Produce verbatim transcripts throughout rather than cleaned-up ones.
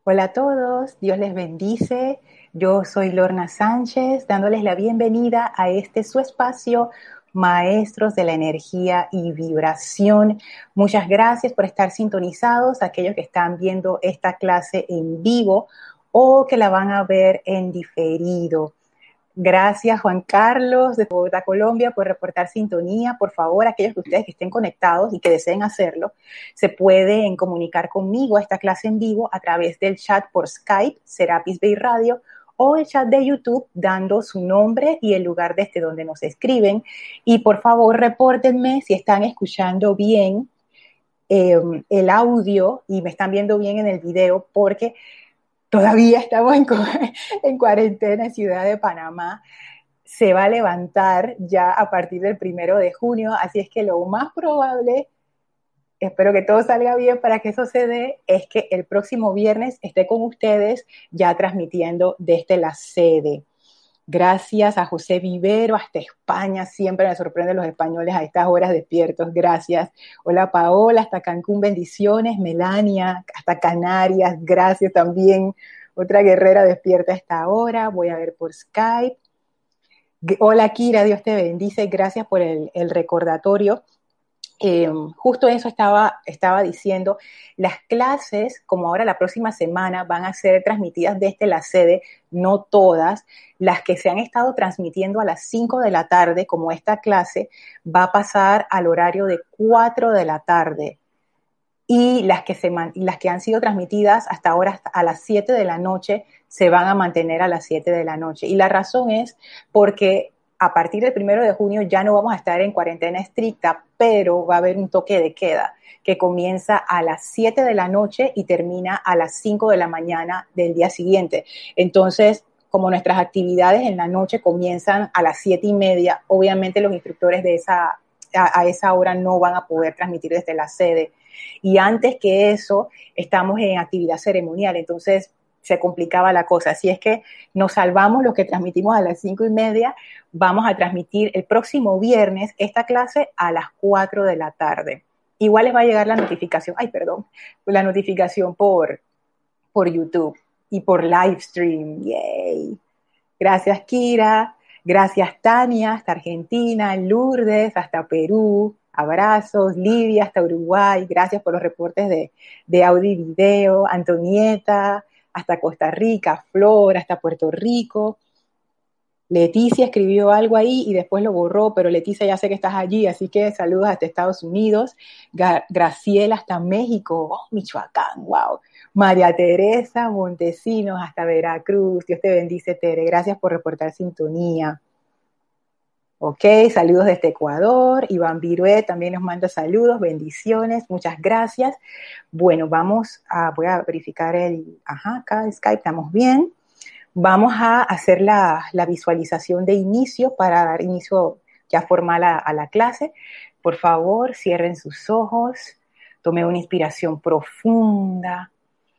Hola a todos, Dios les bendice. Yo soy Lorna Sánchez, dándoles la bienvenida a este su espacio, Maestros de la Energía y Vibración. Muchas gracias por estar sintonizados, aquellos que están viendo esta clase en vivo o que la van a ver en diferido. Gracias, Juan Carlos, de Bogotá, Colombia, por reportar sintonía. Por favor, aquellos de ustedes que estén conectados y que deseen hacerlo, se pueden comunicar conmigo a esta clase en vivo a través del chat por Skype, Serapis Bay Radio, o el chat de YouTube, dando su nombre y el lugar desde donde nos escriben. Y por favor, repórtenme si están escuchando bien eh, el audio y me están viendo bien en el video, porque todavía estamos en, en cuarentena en Ciudad de Panamá. Se va a levantar ya a partir del primero de junio, así es que lo más probable, espero que todo salga bien para que eso se dé, es que el próximo viernes esté con ustedes ya transmitiendo desde la sede. Gracias a José Vivero, hasta España, siempre me sorprenden los españoles a estas horas despiertos, gracias. Hola Paola, hasta Cancún, bendiciones. Melania, hasta Canarias, gracias también. Otra guerrera despierta a esta hora, voy a ver por Skype. Hola Kira, Dios te bendice, gracias por el, el recordatorio. Eh, justo eso estaba, estaba diciendo, las clases, como ahora la próxima semana, van a ser transmitidas desde la sede, no todas. Las que se han estado transmitiendo a las cinco de la tarde, como esta clase, va a pasar al horario de cuatro de la tarde. Y las que, se, las que han sido transmitidas hasta ahora, hasta a las siete de la noche, se van a mantener a las siete de la noche. Y la razón es porque a partir del primero de junio ya no vamos a estar en cuarentena estricta, pero va a haber un toque de queda que comienza a las siete de la noche y termina a las cinco de la mañana del día siguiente. Entonces, como nuestras actividades en la noche comienzan a las siete y media, obviamente los instructores de esa, a, a esa hora no van a poder transmitir desde la sede. Y antes que eso, estamos en actividad ceremonial, entonces se complicaba la cosa. Así es que nos salvamos los que transmitimos a las cinco y media. Vamos a transmitir el próximo viernes esta clase a las cuatro de la tarde. Igual les va a llegar la notificación, ay, perdón, la notificación por, por YouTube y por Livestream. ¡Yay! Gracias, Kira. Gracias, Tania, hasta Argentina, Lourdes, hasta Perú. Abrazos, Lidia, hasta Uruguay. Gracias por los reportes de, de audio y video. Antonieta, hasta Costa Rica. Flor, hasta Puerto Rico. Leticia escribió algo ahí y después lo borró, pero Leticia, ya sé que estás allí, así que saludos hasta Estados Unidos. Gra- Graciela hasta México, oh, Michoacán, wow. María Teresa Montesinos hasta Veracruz. Dios te bendice, Tere. Gracias por reportar sintonía. Ok, saludos desde Ecuador. Iván Virué también nos manda saludos, bendiciones, muchas gracias. Bueno, vamos a, voy a verificar el, ajá, acá el Skype, estamos bien. Vamos a hacer la, la visualización de inicio para dar inicio ya formal a, a la clase. Por favor, cierren sus ojos, tomen una inspiración profunda.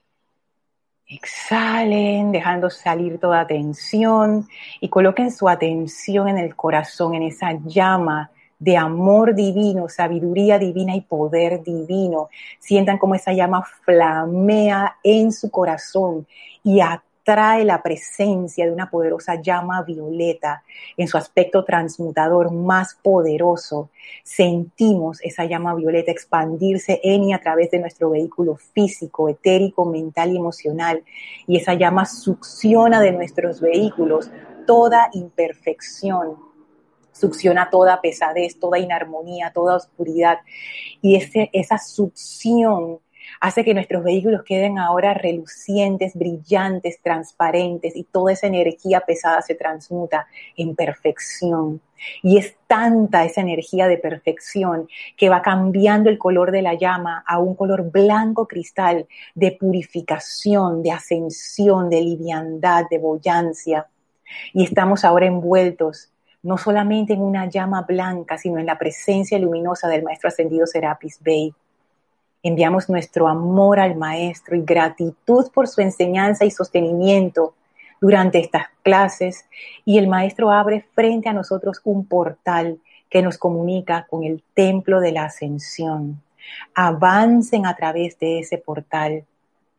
Exhalen, dejando salir toda tensión y coloquen su atención en el corazón, en esa llama de amor divino, sabiduría divina y poder divino. Sientan cómo esa llama flamea en su corazón y atrae la presencia de una poderosa llama violeta en su aspecto transmutador más poderoso. Sentimos esa llama violeta expandirse en y a través de nuestro vehículo físico, etérico, mental y emocional. Y esa llama succiona de nuestros vehículos toda imperfección, succiona toda pesadez, toda inarmonía, toda oscuridad. Y ese, esa succión hace que nuestros vehículos queden ahora relucientes, brillantes, transparentes, y toda esa energía pesada se transmuta en perfección. Y es tanta esa energía de perfección que va cambiando el color de la llama a un color blanco cristal de purificación, de ascensión, de liviandad, de boyancia. Y estamos ahora envueltos no solamente en una llama blanca, sino en la presencia luminosa del Maestro Ascendido Serapis Bey. Enviamos nuestro amor al Maestro y gratitud por su enseñanza y sostenimiento durante estas clases, y el Maestro abre frente a nosotros un portal que nos comunica con el Templo de la Ascensión. Avancen a través de ese portal.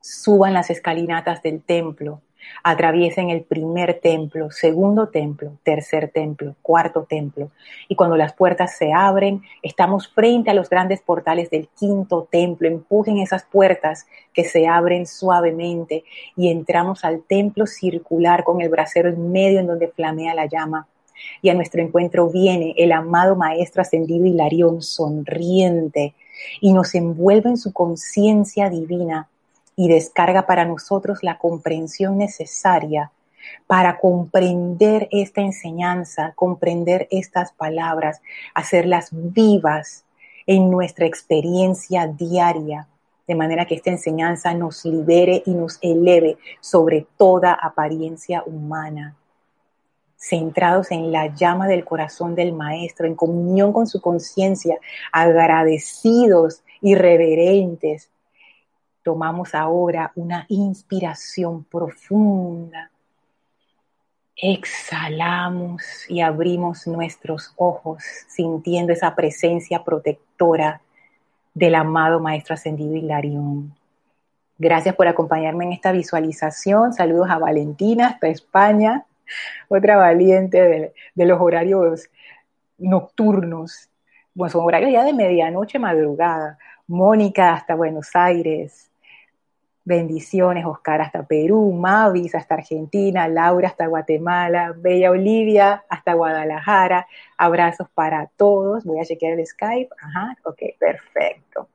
suban las escalinatas del templo, atraviesen el primer templo, segundo templo, tercer templo, cuarto templo. Y cuando las puertas se abren, estamos frente a los grandes portales del quinto templo. Empujen esas puertas que se abren suavemente y entramos al templo circular con el brasero en medio en donde flamea la llama. Y a nuestro encuentro viene el amado Maestro Ascendido Hilarión, sonriente, y nos envuelve en su conciencia divina y descarga para nosotros la comprensión necesaria para comprender esta enseñanza, comprender estas palabras, hacerlas vivas en nuestra experiencia diaria, de manera que esta enseñanza nos libere y nos eleve sobre toda apariencia humana. Centrados en la llama del corazón del Maestro, en comunión con su conciencia, agradecidos y reverentes, tomamos ahora una inspiración profunda. Exhalamos y abrimos nuestros ojos, sintiendo esa presencia protectora del amado Maestro Ascendido Hilarión. Gracias por acompañarme en esta visualización. Saludos a Valentina hasta España, otra valiente de, de los horarios nocturnos. Bueno, son horarios ya de medianoche, madrugada. Mónica hasta Buenos Aires. Bendiciones, Oscar hasta Perú, Mavis hasta Argentina, Laura hasta Guatemala, Bella Olivia hasta Guadalajara. Abrazos para todos. Voy a chequear el Skype. Ajá, ok, perfecto.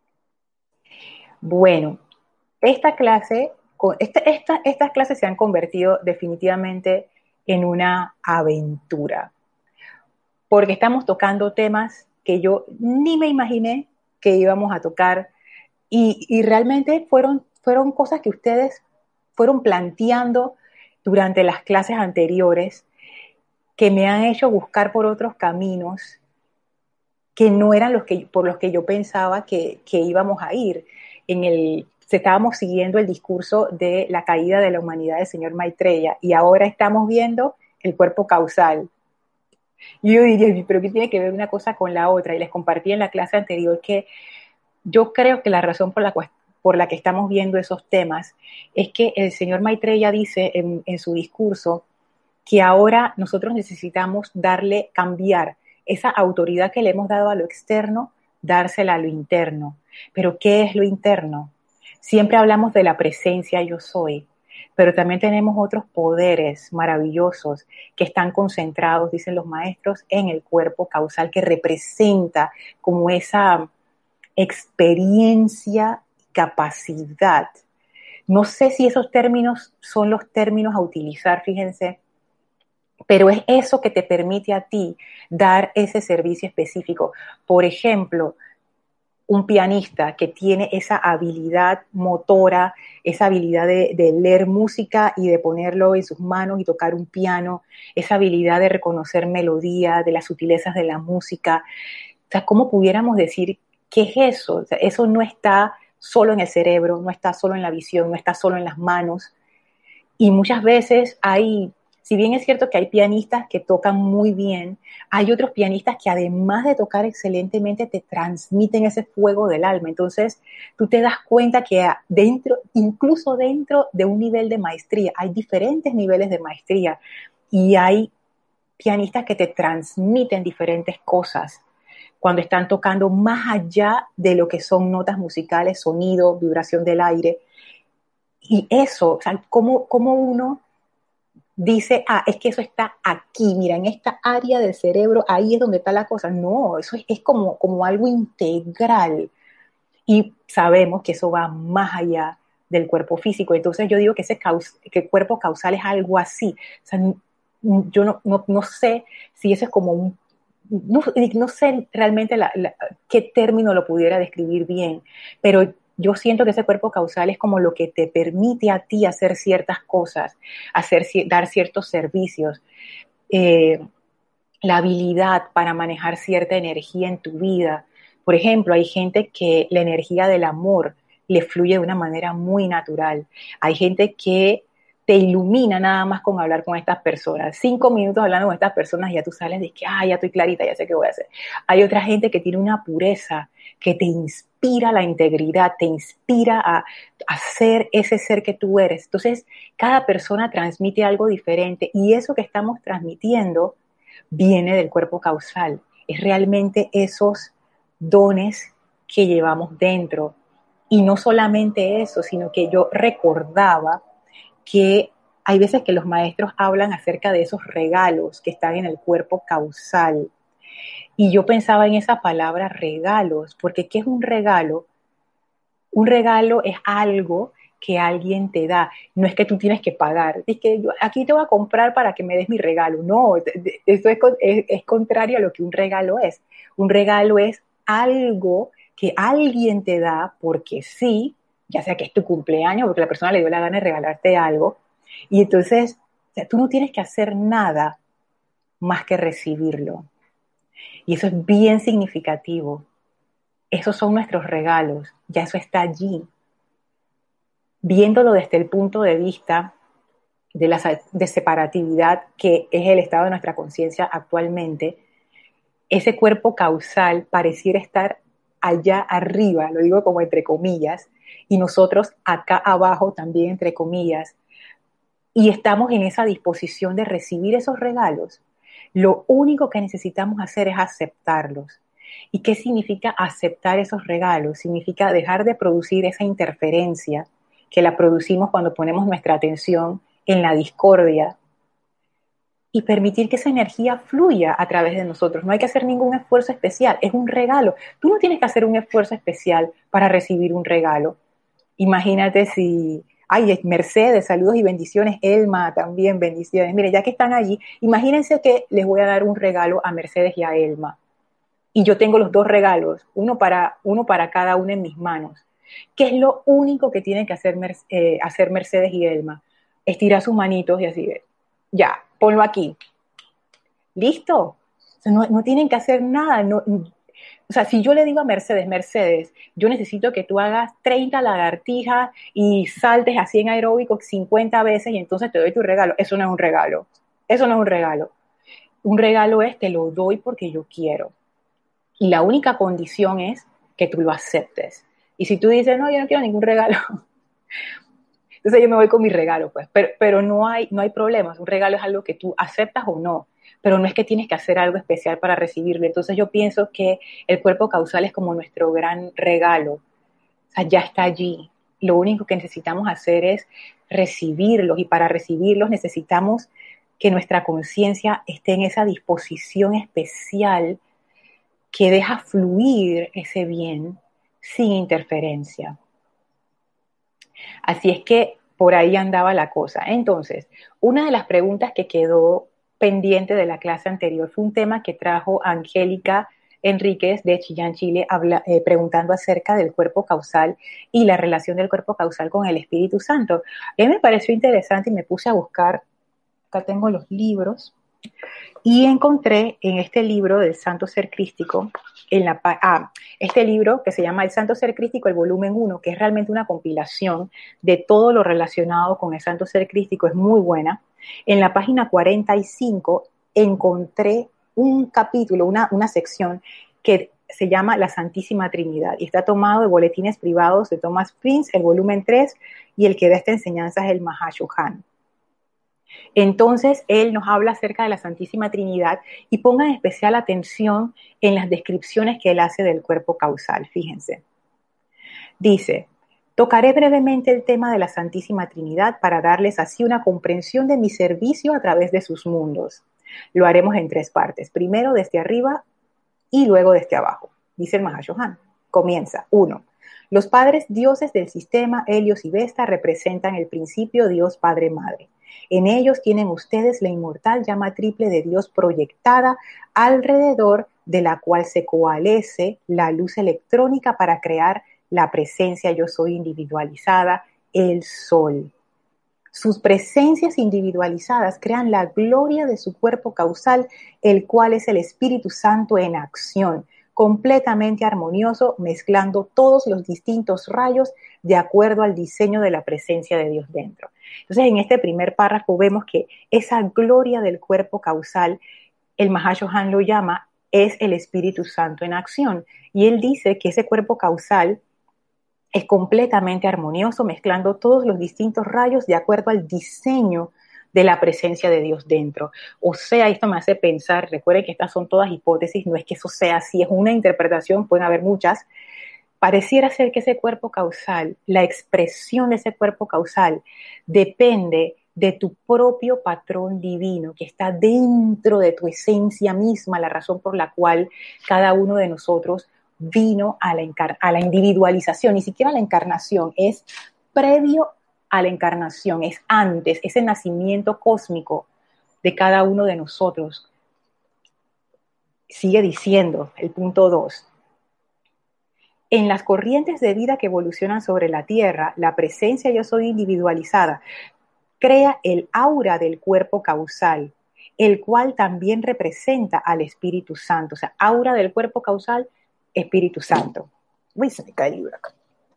Bueno, esta clase, esta, esta, estas clases se han convertido definitivamente en una aventura, porque estamos tocando temas que yo ni me imaginé que íbamos a tocar y, y realmente fueron fueron cosas que ustedes fueron planteando durante las clases anteriores que me han hecho buscar por otros caminos que no eran los que, por los que yo pensaba que, que íbamos a ir. En el, estábamos siguiendo el discurso de la caída de la humanidad del señor Maitreya y ahora estamos viendo el cuerpo causal. Y yo diría, ¿pero qué tiene que ver una cosa con la otra? Y les compartí en la clase anterior que yo creo que la razón por la cual por la que estamos viendo esos temas, es que el señor Maitreya dice en, en su discurso que ahora nosotros necesitamos darle, cambiar esa autoridad que le hemos dado a lo externo, dársela a lo interno. Pero ¿qué es lo interno? Siempre hablamos de la presencia yo soy, pero también tenemos otros poderes maravillosos que están concentrados, dicen los maestros, en el cuerpo causal, que representa como esa experiencia, capacidad. No sé si esos términos son los términos a utilizar, fíjense, pero es eso que te permite a ti dar ese servicio específico. Por ejemplo, un pianista que tiene esa habilidad motora, esa habilidad de, de leer música y de ponerlo en sus manos y tocar un piano, esa habilidad de reconocer melodía, de las sutilezas de la música. O sea, ¿cómo pudiéramos decir qué es eso? O sea, eso no está solo en el cerebro, no está solo en la visión, no está solo en las manos. Y muchas veces hay, si bien es cierto que hay pianistas que tocan muy bien, hay otros pianistas que además de tocar excelentemente te transmiten ese fuego del alma. Entonces tú te das cuenta que dentro, incluso dentro de un nivel de maestría, hay diferentes niveles de maestría y hay pianistas que te transmiten diferentes cosas cuando están tocando más allá de lo que son notas musicales, sonido, vibración del aire. Y eso, o sea, ¿cómo, cómo uno dice, ah, es que eso está aquí, mira, en esta área del cerebro, ahí es donde está la cosa? No, eso es, es como, como algo integral. Y sabemos que eso va más allá del cuerpo físico. Entonces yo digo que ese caus que el cuerpo causal es algo así. O sea, yo no, no, no sé si eso es como un No, no sé realmente la, la, qué término lo pudiera describir bien, pero yo siento que ese cuerpo causal es como lo que te permite a ti hacer ciertas cosas, hacer, dar ciertos servicios, eh, la habilidad para manejar cierta energía en tu vida. Por ejemplo, hay gente que la energía del amor le fluye de una manera muy natural. Hay gente que te ilumina nada más con hablar con estas personas. Cinco minutos hablando con estas personas y ya tú sales de que, ah, ya estoy clarita, ya sé qué voy a hacer. Hay otra gente que tiene una pureza que te inspira inspira la integridad, te inspira a, a ser ese ser que tú eres. Entonces, cada persona transmite algo diferente y eso que estamos transmitiendo viene del cuerpo causal. Es realmente esos dones que llevamos dentro. Y no solamente eso, sino que yo recordaba que hay veces que los maestros hablan acerca de esos regalos que están en el cuerpo causal. Y yo pensaba en esa palabra regalos, porque ¿qué es un regalo? Un regalo es algo que alguien te da. No es que tú tienes que pagar. Es que yo aquí te voy a comprar para que me des mi regalo. No, eso es, es, es contrario a lo que un regalo es. Un regalo es algo que alguien te da porque sí, ya sea que es tu cumpleaños, porque la persona le dio la gana de regalarte algo. Y entonces, o sea, tú no tienes que hacer nada más que recibirlo. Y eso es bien significativo. Esos son nuestros regalos. Ya eso está allí. Viéndolo desde el punto de vista de la de separatividad que es el estado de nuestra conciencia actualmente, ese cuerpo causal pareciera estar allá arriba, lo digo como entre comillas, y nosotros acá abajo también entre comillas, y estamos en esa disposición de recibir esos regalos. Lo único que necesitamos hacer es aceptarlos. ¿Y qué significa aceptar esos regalos? Significa dejar de producir esa interferencia que la producimos cuando ponemos nuestra atención en la discordia y permitir que esa energía fluya a través de nosotros. No hay que hacer ningún esfuerzo especial, es un regalo. Tú no tienes que hacer un esfuerzo especial para recibir un regalo. Imagínate si, ay, Mercedes, saludos y bendiciones, Elma también, bendiciones. Mire, ya que están allí, imagínense que les voy a dar un regalo a Mercedes y a Elma. Y yo tengo los dos regalos, uno para, uno para cada uno en mis manos. ¿Qué es lo único que tienen que hacer, eh, hacer Mercedes y Elma? Estirar sus manitos y así, ya, ponlo aquí. ¿Listo? O sea, no, no tienen que hacer nada. No, o sea, si yo le digo a Mercedes, Mercedes, yo necesito que tú hagas treinta lagartijas y saltes así en aeróbico cincuenta veces y entonces te doy tu regalo. Eso no es un regalo. Eso no es un regalo. Un regalo es te lo doy porque yo quiero. Y la única condición es que tú lo aceptes. Y si tú dices, no, yo no quiero ningún regalo, entonces yo me voy con mi regalo, pues. Pero, pero no hay, no hay problemas. Un regalo es algo que tú aceptas o no. Pero no es que tienes que hacer algo especial para recibirlo. Entonces yo pienso que el cuerpo causal es como nuestro gran regalo. O sea, ya está allí. Lo único que necesitamos hacer es recibirlos. Y para recibirlos necesitamos que nuestra conciencia esté en esa disposición especial que deja fluir ese bien sin interferencia. Así es que por ahí andaba la cosa. Entonces, una de las preguntas que quedó pendiente de la clase anterior fue un tema que trajo Angélica Enríquez de Chillán, Chile, habla, eh, preguntando acerca del cuerpo causal y la relación del cuerpo causal con el Espíritu Santo. A mí me pareció interesante y me puse a buscar, acá tengo los libros, y encontré en este libro del Santo Ser Crístico, en la, ah, este libro que se llama El Santo Ser Crístico, el volumen uno, que es realmente una compilación de todo lo relacionado con el Santo Ser Crístico, es muy buena. En la página cuarenta y cinco encontré un capítulo, una, una sección que se llama La Santísima Trinidad y está tomado de boletines privados de Thomas Prince, el volumen tres, y el que da esta enseñanza es el Mahashohan. Entonces, él nos habla acerca de la Santísima Trinidad y pongan especial atención en las descripciones que él hace del cuerpo causal. Fíjense. Dice, tocaré brevemente el tema de la Santísima Trinidad para darles así una comprensión de mi servicio a través de sus mundos. Lo haremos en tres partes. Primero desde arriba y luego desde abajo. Dice el Mahashohan. Comienza. Uno. Los padres dioses del sistema Helios y Vesta representan el principio Dios Padre Madre. En ellos tienen ustedes la inmortal llama triple de Dios proyectada alrededor de la cual se coalesce la luz electrónica para crear la presencia yo soy individualizada, el sol. Sus presencias individualizadas crean la gloria de su cuerpo causal, el cual es el Espíritu Santo en acción, completamente armonioso, mezclando todos los distintos rayos de acuerdo al diseño de la presencia de Dios dentro. Entonces, en este primer párrafo vemos que esa gloria del cuerpo causal, el Mahashohan lo llama es el Espíritu Santo en acción. Y él dice que ese cuerpo causal es completamente armonioso, mezclando todos los distintos rayos de acuerdo al diseño de la presencia de Dios dentro. O sea, esto me hace pensar, recuerden que estas son todas hipótesis, no es que eso sea así, es una interpretación, pueden haber muchas. Pareciera ser que ese cuerpo causal, la expresión de ese cuerpo causal, depende de tu propio patrón divino, que está dentro de tu esencia misma, la razón por la cual cada uno de nosotros vino a la, encar- a la individualización, ni siquiera a la encarnación, es previo a la encarnación, es antes, ese nacimiento cósmico de cada uno de nosotros. Sigue diciendo el punto dos. En las corrientes de vida que evolucionan sobre la Tierra, la presencia yo soy individualizada crea el aura del cuerpo causal, el cual también representa al Espíritu Santo. O sea, aura del cuerpo causal, Espíritu Santo. Uy, se me cae el libro acá.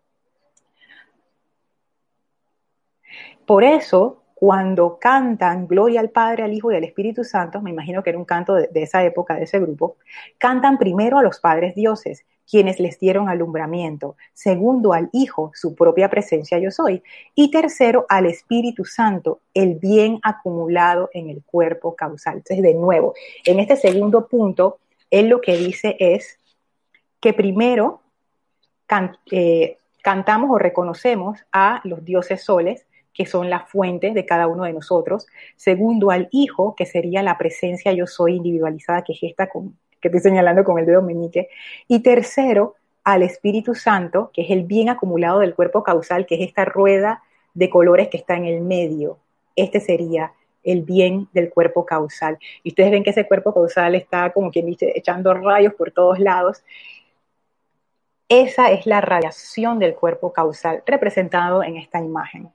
Por eso, cuando cantan Gloria al Padre, al Hijo y al Espíritu Santo, me imagino que era un canto de, de esa época, de ese grupo, cantan primero a los padres dioses, quienes les dieron alumbramiento, segundo al Hijo, su propia presencia yo soy, y tercero al Espíritu Santo, el bien acumulado en el cuerpo causal. Entonces, de nuevo, en este segundo punto, él lo que dice es que primero can, eh, cantamos o reconocemos a los dioses soles, que son las fuentes de cada uno de nosotros. Segundo, al Hijo, que sería la presencia yo soy individualizada, que es esta con, que estoy señalando con el dedo meñique. Y tercero, al Espíritu Santo, que es el bien acumulado del cuerpo causal, que es esta rueda de colores que está en el medio. Este sería el bien del cuerpo causal. Y ustedes ven que ese cuerpo causal está, como quien dice, echando rayos por todos lados. Esa es la radiación del cuerpo causal representado en esta imagen.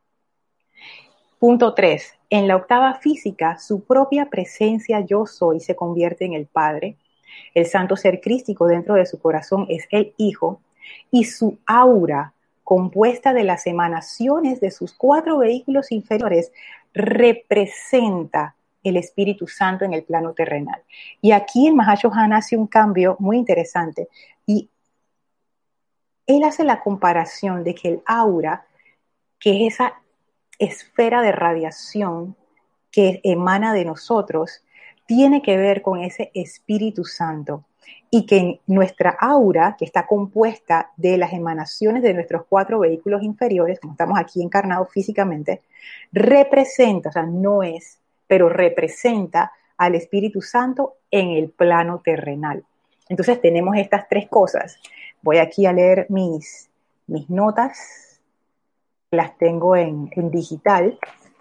Punto tres. En la octava física, su propia presencia yo soy se convierte en el Padre. El santo ser crístico dentro de su corazón es el Hijo. Y su aura, compuesta de las emanaciones de sus cuatro vehículos inferiores, representa el Espíritu Santo en el plano terrenal. Y aquí el Mahashohan hace un cambio muy interesante. Y él hace la comparación de que el aura, que es esa esfera de radiación que emana de nosotros, tiene que ver con ese Espíritu Santo y que nuestra aura, que está compuesta de las emanaciones de nuestros cuatro vehículos inferiores, como estamos aquí encarnados físicamente, representa, o sea, no es, pero representa al Espíritu Santo en el plano terrenal. Entonces tenemos estas tres cosas. Voy aquí a leer mis, mis notas. Las tengo en, en digital.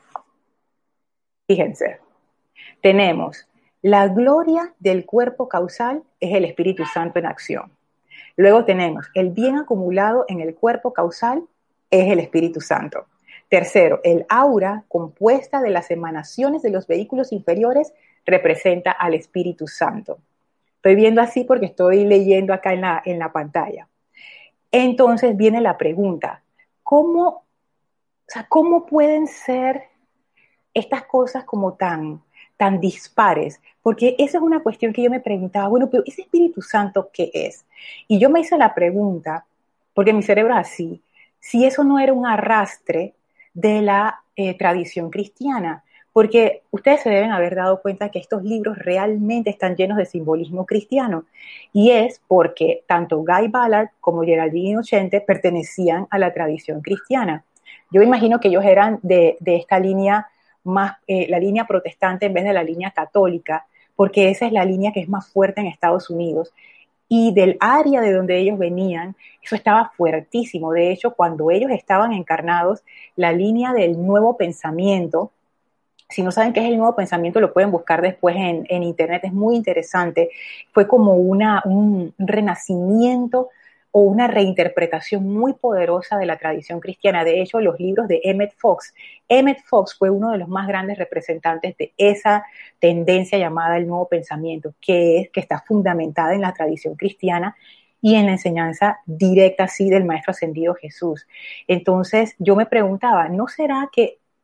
Fíjense, tenemos la gloria del cuerpo causal es el Espíritu Santo en acción. Luego tenemos el bien acumulado en el cuerpo causal es el Espíritu Santo. Tercero, el aura compuesta de las emanaciones de los vehículos inferiores representa al Espíritu Santo. Estoy viendo así porque estoy leyendo acá en la, en la pantalla. Entonces viene la pregunta, ¿cómo, o sea, ¿cómo pueden ser estas cosas como tan, tan dispares? Porque esa es una cuestión que yo me preguntaba, bueno, pero ¿ese Espíritu Santo qué es? Y yo me hice la pregunta, porque mi cerebro es así, si eso no era un arrastre de la eh, tradición cristiana, porque ustedes se deben haber dado cuenta que estos libros realmente están llenos de simbolismo cristiano, y es porque tanto Guy Ballard como Geraldine Innocenti pertenecían a la tradición cristiana. Yo imagino que ellos eran de, de esta línea más, eh, la línea protestante en vez de la línea católica, porque esa es la línea que es más fuerte en Estados Unidos. Y del área de donde ellos venían, eso estaba fuertísimo. De hecho, cuando ellos estaban encarnados, la línea del nuevo pensamiento, si no saben qué es el nuevo pensamiento, lo pueden buscar después en, en internet, es muy interesante. Fue como una, un renacimiento o una reinterpretación muy poderosa de la tradición cristiana. De hecho, los libros de Emmett Fox, Emmett Fox fue uno de los más grandes representantes de esa tendencia llamada el nuevo pensamiento, que es que está fundamentada en la tradición cristiana y en la enseñanza directa, sí, del Maestro Ascendido Jesús. Entonces, yo me preguntaba, ¿no será que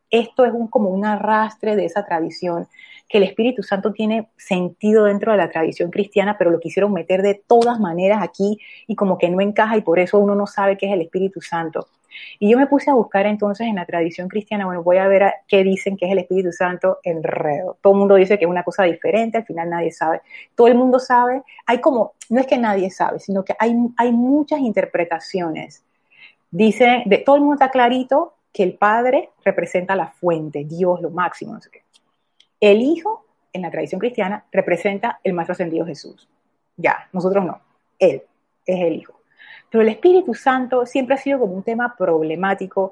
esto es un, como un arrastre de esa tradición, que el Espíritu Santo tiene sentido dentro de la tradición cristiana, pero lo quisieron meter de todas maneras aquí y como que no encaja y por eso uno no sabe qué es el Espíritu Santo. Y yo me puse a buscar entonces en la tradición cristiana, bueno, voy a ver a qué dicen que es el Espíritu Santo, enredo. Todo el mundo dice que es una cosa diferente, al final nadie sabe. Todo el mundo sabe, hay como, no es que nadie sabe, sino que hay, hay muchas interpretaciones. Dice, de, todo el mundo está clarito que el Padre representa la fuente, Dios, lo máximo, no sé qué. El Hijo, en la tradición cristiana, representa el Maestro Ascendido Jesús. Ya, nosotros no, Él es el Hijo. Pero el Espíritu Santo siempre ha sido como un tema problemático.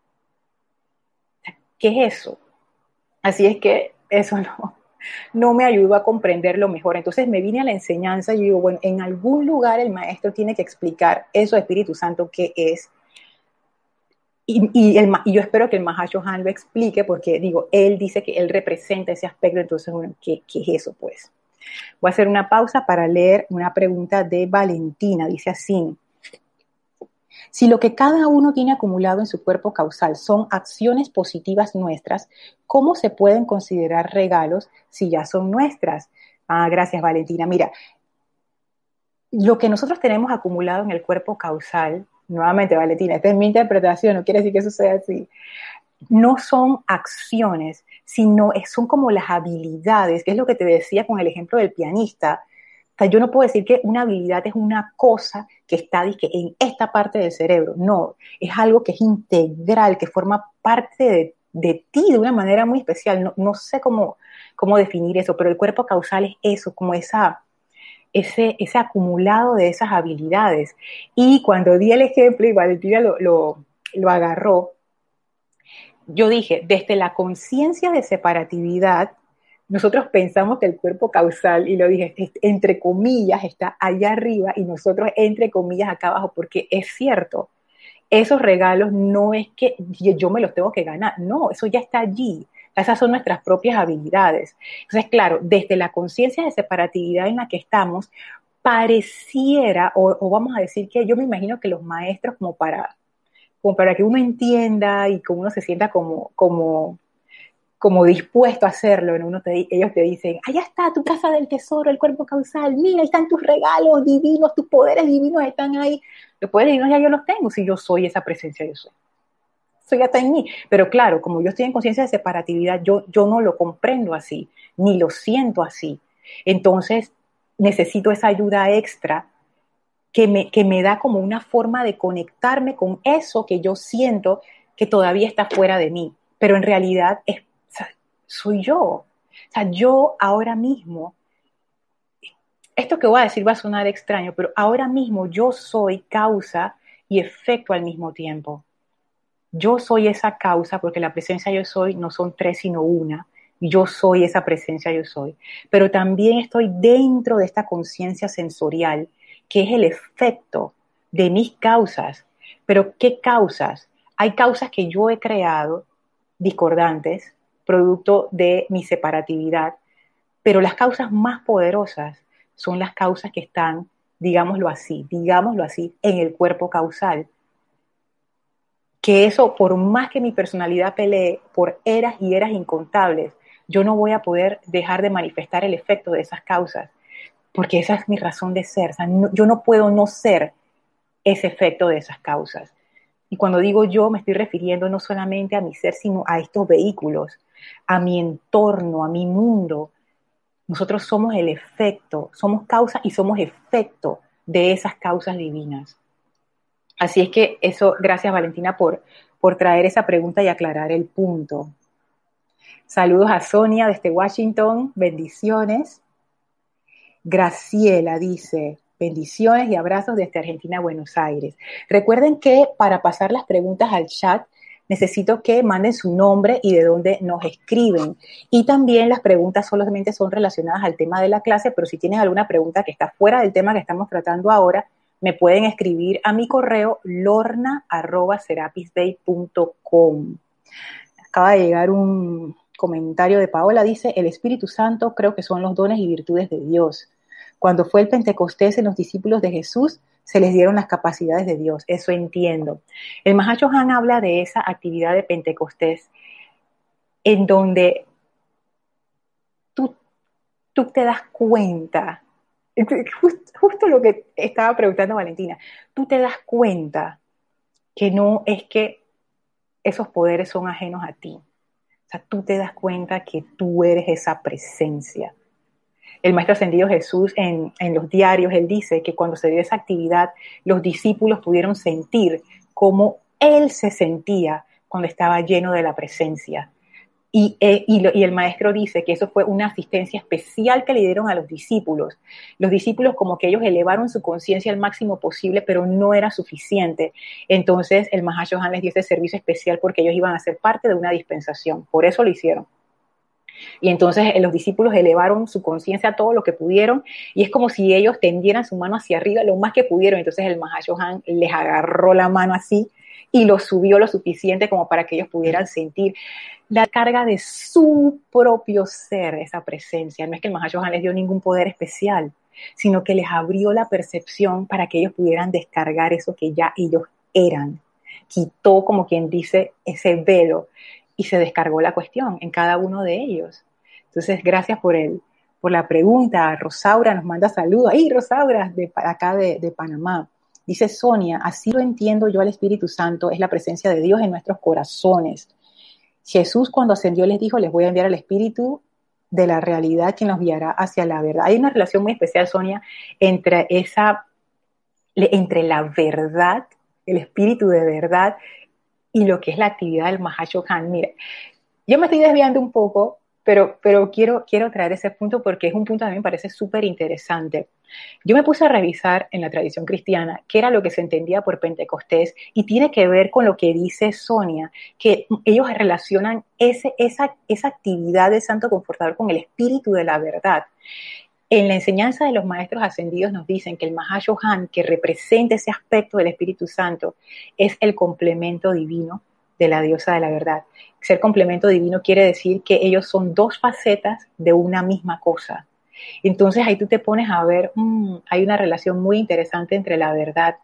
¿Qué es eso? Así es que eso no, no me ayudó a comprenderlo mejor. Entonces me vine a la enseñanza y digo, bueno, en algún lugar el maestro tiene que explicar eso de Espíritu Santo, qué es. Y, y, el, y yo espero que el Mahashohan lo explique porque, digo, él dice que él representa ese aspecto, entonces, bueno, ¿qué, qué es eso, pues? Voy a hacer una pausa para leer una pregunta de Valentina. Dice así: si lo que cada uno tiene acumulado en su cuerpo causal son acciones positivas nuestras, ¿cómo se pueden considerar regalos si ya son nuestras? Ah, gracias, Valentina. Mira, lo que nosotros tenemos acumulado en el cuerpo causal, nuevamente, Valentina, esta es mi interpretación, no quiere decir que eso sea así, no son acciones, sino son como las habilidades, que es lo que te decía con el ejemplo del pianista. O sea, yo no puedo decir que una habilidad es una cosa que está dizque, en esta parte del cerebro. No, es algo que es integral, que forma parte de, de ti de una manera muy especial. No, no sé cómo, cómo definir eso, pero el cuerpo causal es eso, como esa, ese, ese acumulado de esas habilidades. Y cuando di el ejemplo y Valentina lo, lo, lo agarró, yo dije, desde la conciencia de separatividad, nosotros pensamos que el cuerpo causal, y lo dije, entre comillas, está allá arriba y nosotros entre comillas acá abajo, porque es cierto, esos regalos no es que yo me los tengo que ganar, no, eso ya está allí, esas son nuestras propias habilidades. Entonces, claro, desde la conciencia de separatividad en la que estamos, pareciera, o, o vamos a decir que yo me imagino que los maestros como para como para que uno entienda y como uno se sienta como, como, como dispuesto a hacerlo, ¿no? Uno te, ellos te dicen, allá está tu casa del tesoro, el cuerpo causal, mira, ahí están tus regalos divinos, tus poderes divinos están ahí. Los poderes divinos ya yo los tengo, si yo soy esa presencia, yo soy. Eso ya está en mí. Pero claro, como yo estoy en conciencia de separatividad, yo, yo no lo comprendo así, ni lo siento así. Entonces, necesito esa ayuda extra que me, que me da como una forma de conectarme con eso que yo siento que todavía está fuera de mí, pero en realidad es, o sea, soy yo. O sea, yo ahora mismo, esto que voy a decir va a sonar extraño, pero ahora mismo yo soy causa y efecto al mismo tiempo. Yo soy esa causa porque la presencia yo soy no son tres sino una. Yo soy esa presencia yo soy. Pero también estoy dentro de esta conciencia sensorial que es el efecto de mis causas. Pero ¿qué causas? Hay causas que yo he creado discordantes, producto de mi separatividad, pero las causas más poderosas son las causas que están, digámoslo así, digámoslo así, en el cuerpo causal. Que eso, por más que mi personalidad pelee por eras y eras incontables, yo no voy a poder dejar de manifestar el efecto de esas causas, porque esa es mi razón de ser. O sea, no, yo no puedo no ser ese efecto de esas causas. Y cuando digo yo, me estoy refiriendo no solamente a mi ser, sino a estos vehículos, a mi entorno, a mi mundo. Nosotros somos el efecto, somos causa y somos efecto de esas causas divinas. Así es que eso, gracias Valentina por, por traer esa pregunta y aclarar el punto. Saludos a Sonia desde Washington, bendiciones. Graciela dice, bendiciones y abrazos desde Argentina, Buenos Aires. Recuerden que para pasar las preguntas al chat, necesito que manden su nombre y de dónde nos escriben. Y también las preguntas solamente son relacionadas al tema de la clase, pero si tienen alguna pregunta que está fuera del tema que estamos tratando ahora, me pueden escribir a mi correo lorna arroba serapis bay punto com. Acaba de llegar un comentario de Paola, dice, el Espíritu Santo creo que son los dones y virtudes de Dios. Cuando fue el Pentecostés en los discípulos de Jesús, se les dieron las capacidades de Dios, eso entiendo. El Mahashohan habla de esa actividad de Pentecostés en donde tú, tú te das cuenta, just, justo lo que estaba preguntando Valentina, tú te das cuenta que no es que esos poderes son ajenos a ti. O sea, tú te das cuenta que tú eres esa presencia. El Maestro Ascendido Jesús en, en los diarios, él dice que cuando se dio esa actividad, los discípulos pudieron sentir cómo él se sentía cuando estaba lleno de la presencia. Y, eh, y, lo, y el maestro dice que eso fue una asistencia especial que le dieron a los discípulos. Los discípulos como que ellos elevaron su conciencia al máximo posible, pero no era suficiente. Entonces el Mahashohan les dio ese servicio especial porque ellos iban a ser parte de una dispensación. Por eso lo hicieron. Y entonces eh, los discípulos elevaron su conciencia a todo lo que pudieron y es como si ellos tendieran su mano hacia arriba lo más que pudieron. Entonces el Mahashohan les agarró la mano así y los subió lo suficiente como para que ellos pudieran sentir la carga de su propio ser, esa presencia. No es que el Mahashohan les dio ningún poder especial, sino que les abrió la percepción para que ellos pudieran descargar eso que ya ellos eran. Quitó, como quien dice, ese velo y se descargó la cuestión en cada uno de ellos. Entonces, gracias por el, por la pregunta. Rosaura nos manda saludos. ¡Ay, Rosaura! De acá de, de Panamá. Dice Sonia, así lo entiendo yo al Espíritu Santo, es la presencia de Dios en nuestros corazones. Jesús cuando ascendió les dijo, les voy a enviar al Espíritu de la realidad que nos guiará hacia la verdad. Hay una relación muy especial, Sonia, entre esa, entre la verdad, el Espíritu de verdad y lo que es la actividad del Mahashohan. Mira, yo me estoy desviando un poco, pero, pero quiero, quiero traer ese punto porque es un punto que a mí me parece súper interesante. Yo me puse a revisar en la tradición cristiana qué era lo que se entendía por Pentecostés y tiene que ver con lo que dice Sonia, que ellos relacionan ese, esa, esa actividad del Santo Confortador con el espíritu de la verdad. En la enseñanza de los maestros ascendidos nos dicen que el Mahashohan, que representa ese aspecto del Espíritu Santo, es el complemento divino de la diosa de la verdad. Ser complemento divino quiere decir que ellos son dos facetas de una misma cosa. Entonces ahí tú te pones a ver, mmm, hay una relación muy interesante entre la verdad.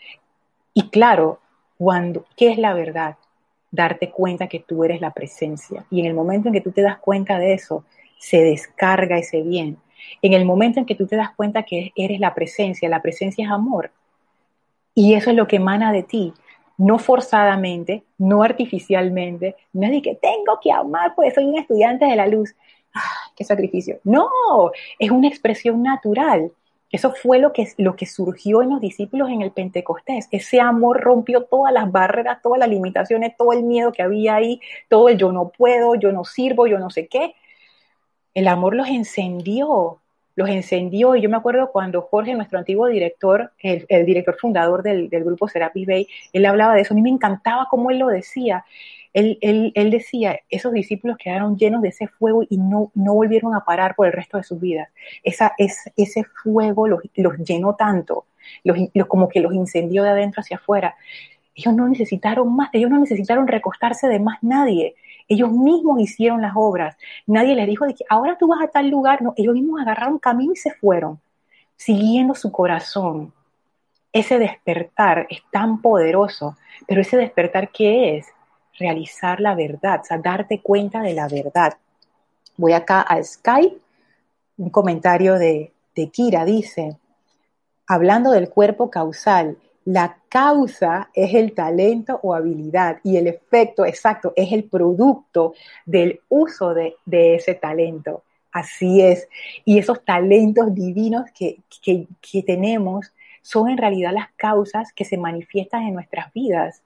Y claro, cuando, ¿qué es la verdad? Darte cuenta que tú eres la presencia. Y en el momento en que tú te das cuenta de eso, se descarga ese bien. En el momento en que tú te das cuenta que eres la presencia, la presencia es amor. Y eso es lo que emana de ti. No forzadamente, no artificialmente, no es de que tengo que amar porque soy un estudiante de la luz. ¡Ah, qué sacrificio! No, es una expresión natural. Eso fue lo que, lo que surgió en los discípulos en el Pentecostés. Ese amor rompió todas las barreras, todas las limitaciones, todo el miedo que había ahí, todo el yo no puedo, yo no sirvo, yo no sé qué. El amor los encendió, los encendió. Y yo me acuerdo cuando Jorge, nuestro antiguo director, el, el director fundador del, del grupo Serapis Bay, él hablaba de eso. A mí me encantaba cómo él lo decía. Él, él, él decía, esos discípulos quedaron llenos de ese fuego y no, no volvieron a parar por el resto de sus vidas. Esa, es, ese fuego los, los llenó tanto, los, los, como que los incendió de adentro hacia afuera. Ellos no necesitaron más, ellos no necesitaron recostarse de más nadie. Ellos mismos hicieron las obras. Nadie les dijo de que ahora tú vas a tal lugar. No, ellos mismos agarraron camino y se fueron, siguiendo su corazón. Ese despertar es tan poderoso, pero ese despertar, ¿qué es? Realizar la verdad, o sea, darte cuenta de la verdad. Voy acá a Skype, un comentario de, de Kira, dice, hablando del cuerpo causal, la causa es el talento o habilidad y el efecto, exacto, es el producto del uso de, de ese talento. Así es. Y esos talentos divinos que, que, que tenemos son en realidad las causas que se manifiestan en nuestras vidas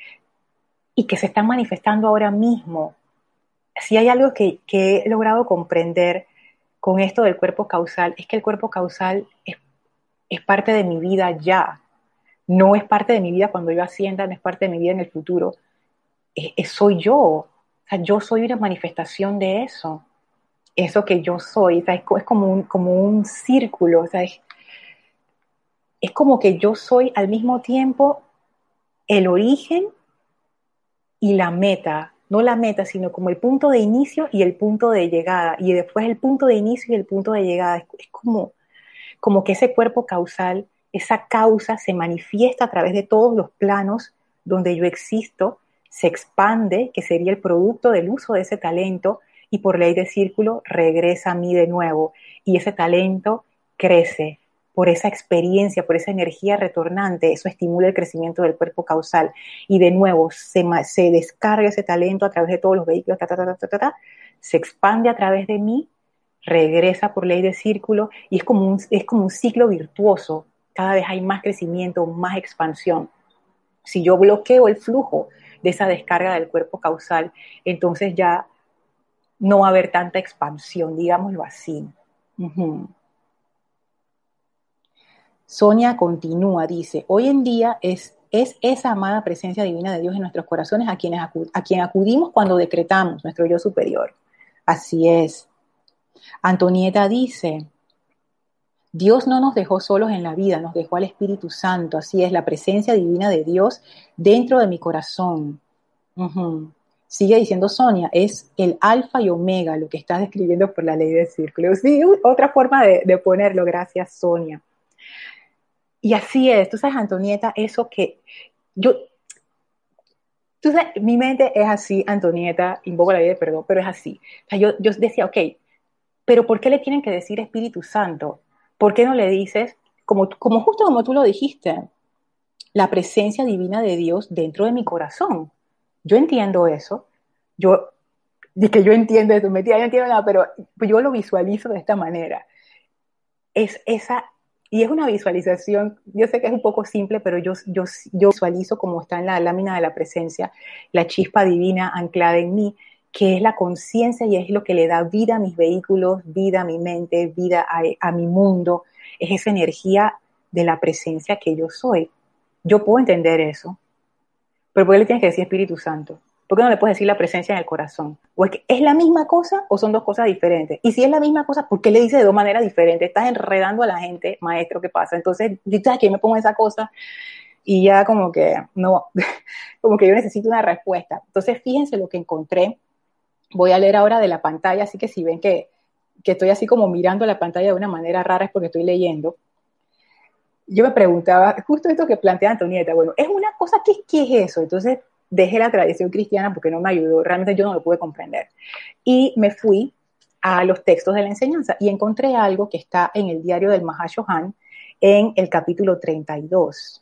y que se están manifestando ahora mismo. Si hay algo que, que he logrado comprender con esto del cuerpo causal, es que el cuerpo causal es, es parte de mi vida ya. No es parte de mi vida cuando yo ascienda, no es parte de mi vida en el futuro. Es, es, soy yo. O sea, yo soy una manifestación de eso. Eso que yo soy. O sea, es, es como, un, como un círculo. O sea, es, es como que yo soy al mismo tiempo el origen y la meta. No la meta, sino como el punto de inicio y el punto de llegada. Y después el punto de inicio y el punto de llegada. Es, es como, como que ese cuerpo causal, esa causa se manifiesta a través de todos los planos donde yo existo, se expande, que sería el producto del uso de ese talento, y por ley de círculo regresa a mí de nuevo. Y ese talento crece por esa experiencia, por esa energía retornante. Eso estimula el crecimiento del cuerpo causal. Y de nuevo se, se descarga ese talento a través de todos los vehículos, ta, ta, ta, ta, ta, ta, se expande a través de mí, regresa por ley de círculo, y es como un, es como un ciclo virtuoso. Cada vez hay más crecimiento, más expansión. Si yo bloqueo el flujo de esa descarga del cuerpo causal, entonces ya no va a haber tanta expansión, digámoslo así. Uh-huh. Sonia continúa, dice, hoy en día es, es esa amada presencia divina de Dios en nuestros corazones a, quienes acu- a quien acudimos cuando decretamos nuestro yo superior. Así es. Antonieta dice, Dios no nos dejó solos en la vida, nos dejó al Espíritu Santo. Así es, la presencia divina de Dios dentro de mi corazón. Uh-huh. Sigue diciendo Sonia, es el alfa y omega, lo que estás describiendo por la ley del círculo. Sí, otra forma de, de ponerlo, gracias Sonia. Y así es, tú sabes, Antonieta, eso que yo, tú sabes, mi mente es así, Antonieta, invoco la ley de perdón, pero es así. O sea, yo, yo decía, ok, pero ¿por qué le tienen que decir Espíritu Santo? ¿Por qué no le dices, como, como justo como tú lo dijiste, la presencia divina de Dios dentro de mi corazón? Yo entiendo eso, yo, de que yo entiendo eso, mentira, yo no entiendo nada, pero yo lo visualizo de esta manera. Es esa, y es una visualización, yo sé que es un poco simple, pero yo, yo, yo visualizo como está en la lámina de la presencia, la chispa divina anclada en mí, que es la conciencia y es lo que le da vida a mis vehículos, vida a mi mente, vida a, a mi mundo, es esa energía de la presencia que yo soy. Yo puedo entender eso, pero ¿por qué le tienes que decir Espíritu Santo? ¿Por qué no le puedes decir la presencia en el corazón? ¿O es que es la misma cosa o son dos cosas diferentes? Y si es la misma cosa, ¿por qué le dices de dos maneras diferentes? Estás enredando a la gente, maestro, ¿qué pasa? Entonces, ¿sabes qué? Me pongo esa cosa y ya como que, no, como que yo necesito una respuesta. Entonces, fíjense lo que encontré. Voy a leer ahora de la pantalla, así que si ven que, que estoy así como mirando la pantalla de una manera rara es porque estoy leyendo. Yo me preguntaba, justo esto que plantea Antonieta, bueno, es una cosa, ¿qué, qué es eso? Entonces dejé la tradición cristiana porque no me ayudó, realmente yo no lo pude comprender. Y me fui a los textos de la enseñanza y encontré algo que está en el diario del Mahashohan en el capítulo treinta y dos.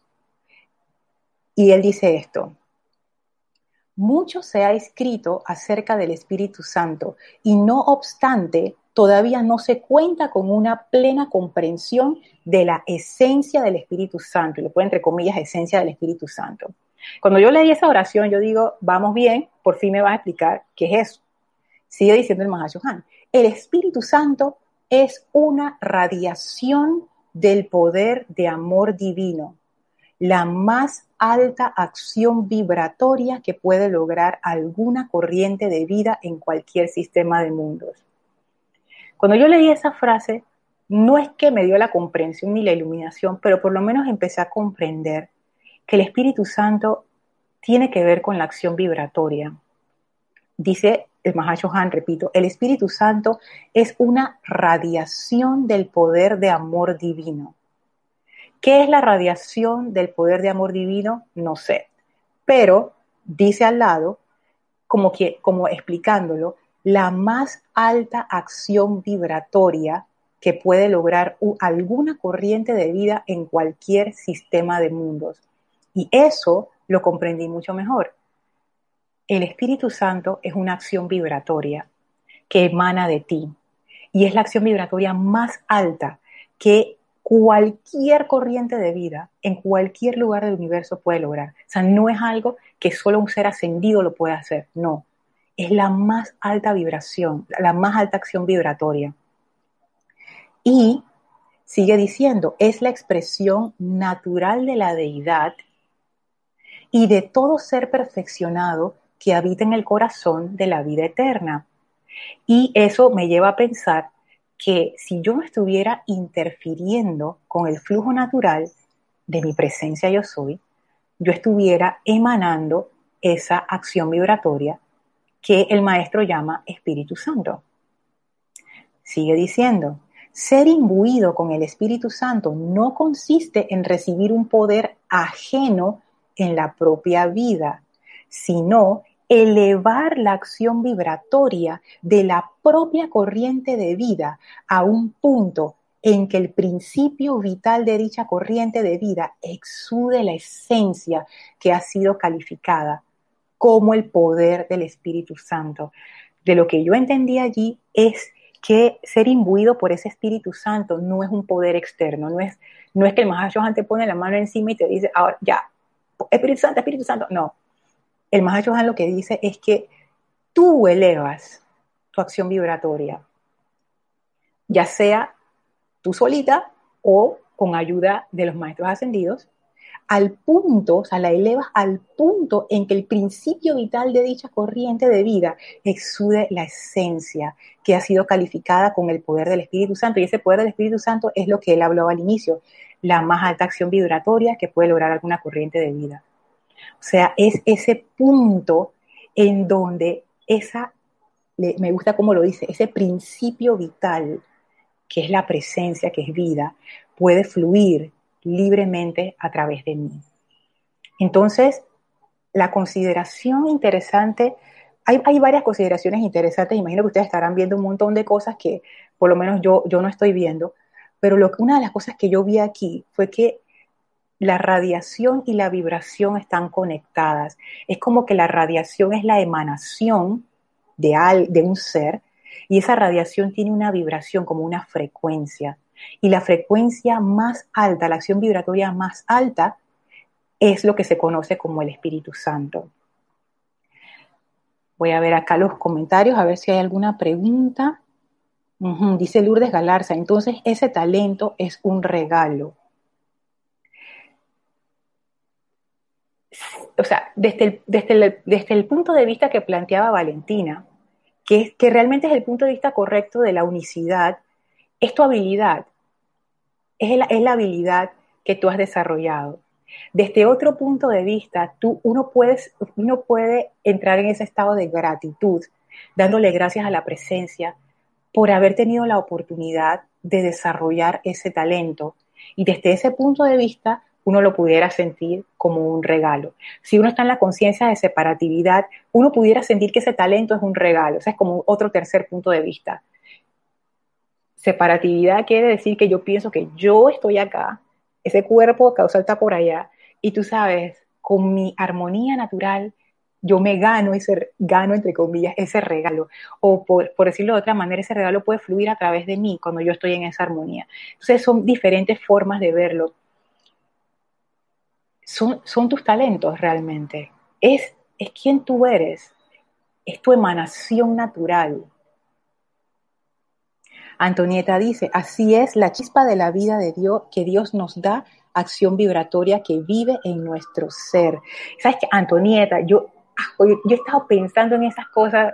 Y él dice esto: mucho se ha escrito acerca del Espíritu Santo y no obstante, todavía no se cuenta con una plena comprensión de la esencia del Espíritu Santo, y lo pone entre comillas, esencia del Espíritu Santo. Cuando yo leí esa oración, yo digo, vamos bien, por fin me vas a explicar qué es eso. Sigue diciendo el Mahashohan, el Espíritu Santo es una radiación del poder de amor divino, la más alta acción vibratoria que puede lograr alguna corriente de vida en cualquier sistema de mundos. Cuando yo leí esa frase, no es que me dio la comprensión ni la iluminación, pero por lo menos empecé a comprender que el Espíritu Santo tiene que ver con la acción vibratoria. Dice el Mahashohan, repito, el Espíritu Santo es una radiación del poder de amor divino. ¿Qué es la radiación del poder de amor divino? No sé. Pero dice al lado, como, que, como explicándolo, la más alta acción vibratoria que puede lograr u, alguna corriente de vida en cualquier sistema de mundos. Y eso lo comprendí mucho mejor. El Espíritu Santo es una acción vibratoria que emana de ti. Y es la acción vibratoria más alta que cualquier corriente de vida en cualquier lugar del universo puede lograr. O sea, no es algo que solo un ser ascendido lo puede hacer, no. Es la más alta vibración, la más alta acción vibratoria. Y sigue diciendo, es la expresión natural de la deidad y de todo ser perfeccionado que habita en el corazón de la vida eterna. Y eso me lleva a pensar que si yo no estuviera interfiriendo con el flujo natural de mi presencia yo soy, yo estuviera emanando esa acción vibratoria que el maestro llama Espíritu Santo. Sigue diciendo, ser imbuido con el Espíritu Santo no consiste en recibir un poder ajeno en la propia vida, sino elevar la acción vibratoria de la propia corriente de vida a un punto en que el principio vital de dicha corriente de vida exude la esencia que ha sido calificada como el poder del Espíritu Santo. De lo que yo entendí allí es que ser imbuido por ese Espíritu Santo no es un poder externo, no es, no es que el Mahashohan te pone la mano encima y te dice, ahora ya, Espíritu Santo, Espíritu Santo. No, el Mahashohan lo que dice es que tú elevas tu acción vibratoria, ya sea tú solita o con ayuda de los maestros ascendidos, al punto, o sea, la elevas al punto en que el principio vital de dicha corriente de vida exude la esencia que ha sido calificada con el poder del Espíritu Santo. Y ese poder del Espíritu Santo es lo que él hablaba al inicio, la más alta acción vibratoria que puede lograr alguna corriente de vida. O sea, es ese punto en donde esa, me gusta cómo lo dice, ese principio vital, que es la presencia, que es vida, puede fluir libremente a través de mí. Entonces, la consideración interesante, hay, hay varias consideraciones interesantes, imagino que ustedes estarán viendo un montón de cosas que por lo menos yo, yo no estoy viendo, pero lo, una de las cosas que yo vi aquí fue que la radiación y la vibración están conectadas. Es como que la radiación es la emanación de, al, de un ser, y esa radiación tiene una vibración, como una frecuencia. Y la frecuencia más alta, la acción vibratoria más alta, es lo que se conoce como el Espíritu Santo. Voy a ver acá los comentarios, a ver si hay alguna pregunta. Uh-huh, dice Lourdes Galarza, entonces ese talento es un regalo. O sea, desde el, desde el, desde el punto de vista que planteaba Valentina, que, es, que realmente es el punto de vista correcto de la unicidad, es tu habilidad, es, el, es la habilidad que tú has desarrollado. Desde otro punto de vista, tú, uno, puedes, uno puede entrar en ese estado de gratitud, dándole gracias a la presencia por haber tenido la oportunidad de desarrollar ese talento. Y desde ese punto de vista, uno lo pudiera sentir como un regalo. Si uno está en la conciencia de separatividad, uno pudiera sentir que ese talento es un regalo. O sea, es como otro tercer punto de vista. Separatividad quiere decir que yo pienso que yo estoy acá, ese cuerpo causal está por allá, y tú sabes, con mi armonía natural, yo me gano ese, gano entre comillas, ese regalo. O por, por decirlo de otra manera, ese regalo puede fluir a través de mí cuando yo estoy en esa armonía. Entonces son diferentes formas de verlo. Son, son tus talentos realmente. Es, es quien tú eres. Es tu emanación natural. Antonieta dice, así es la chispa de la vida de Dios que Dios nos da, acción vibratoria que vive en nuestro ser. ¿Sabes qué, Antonieta? Yo, yo he estado pensando en esas cosas.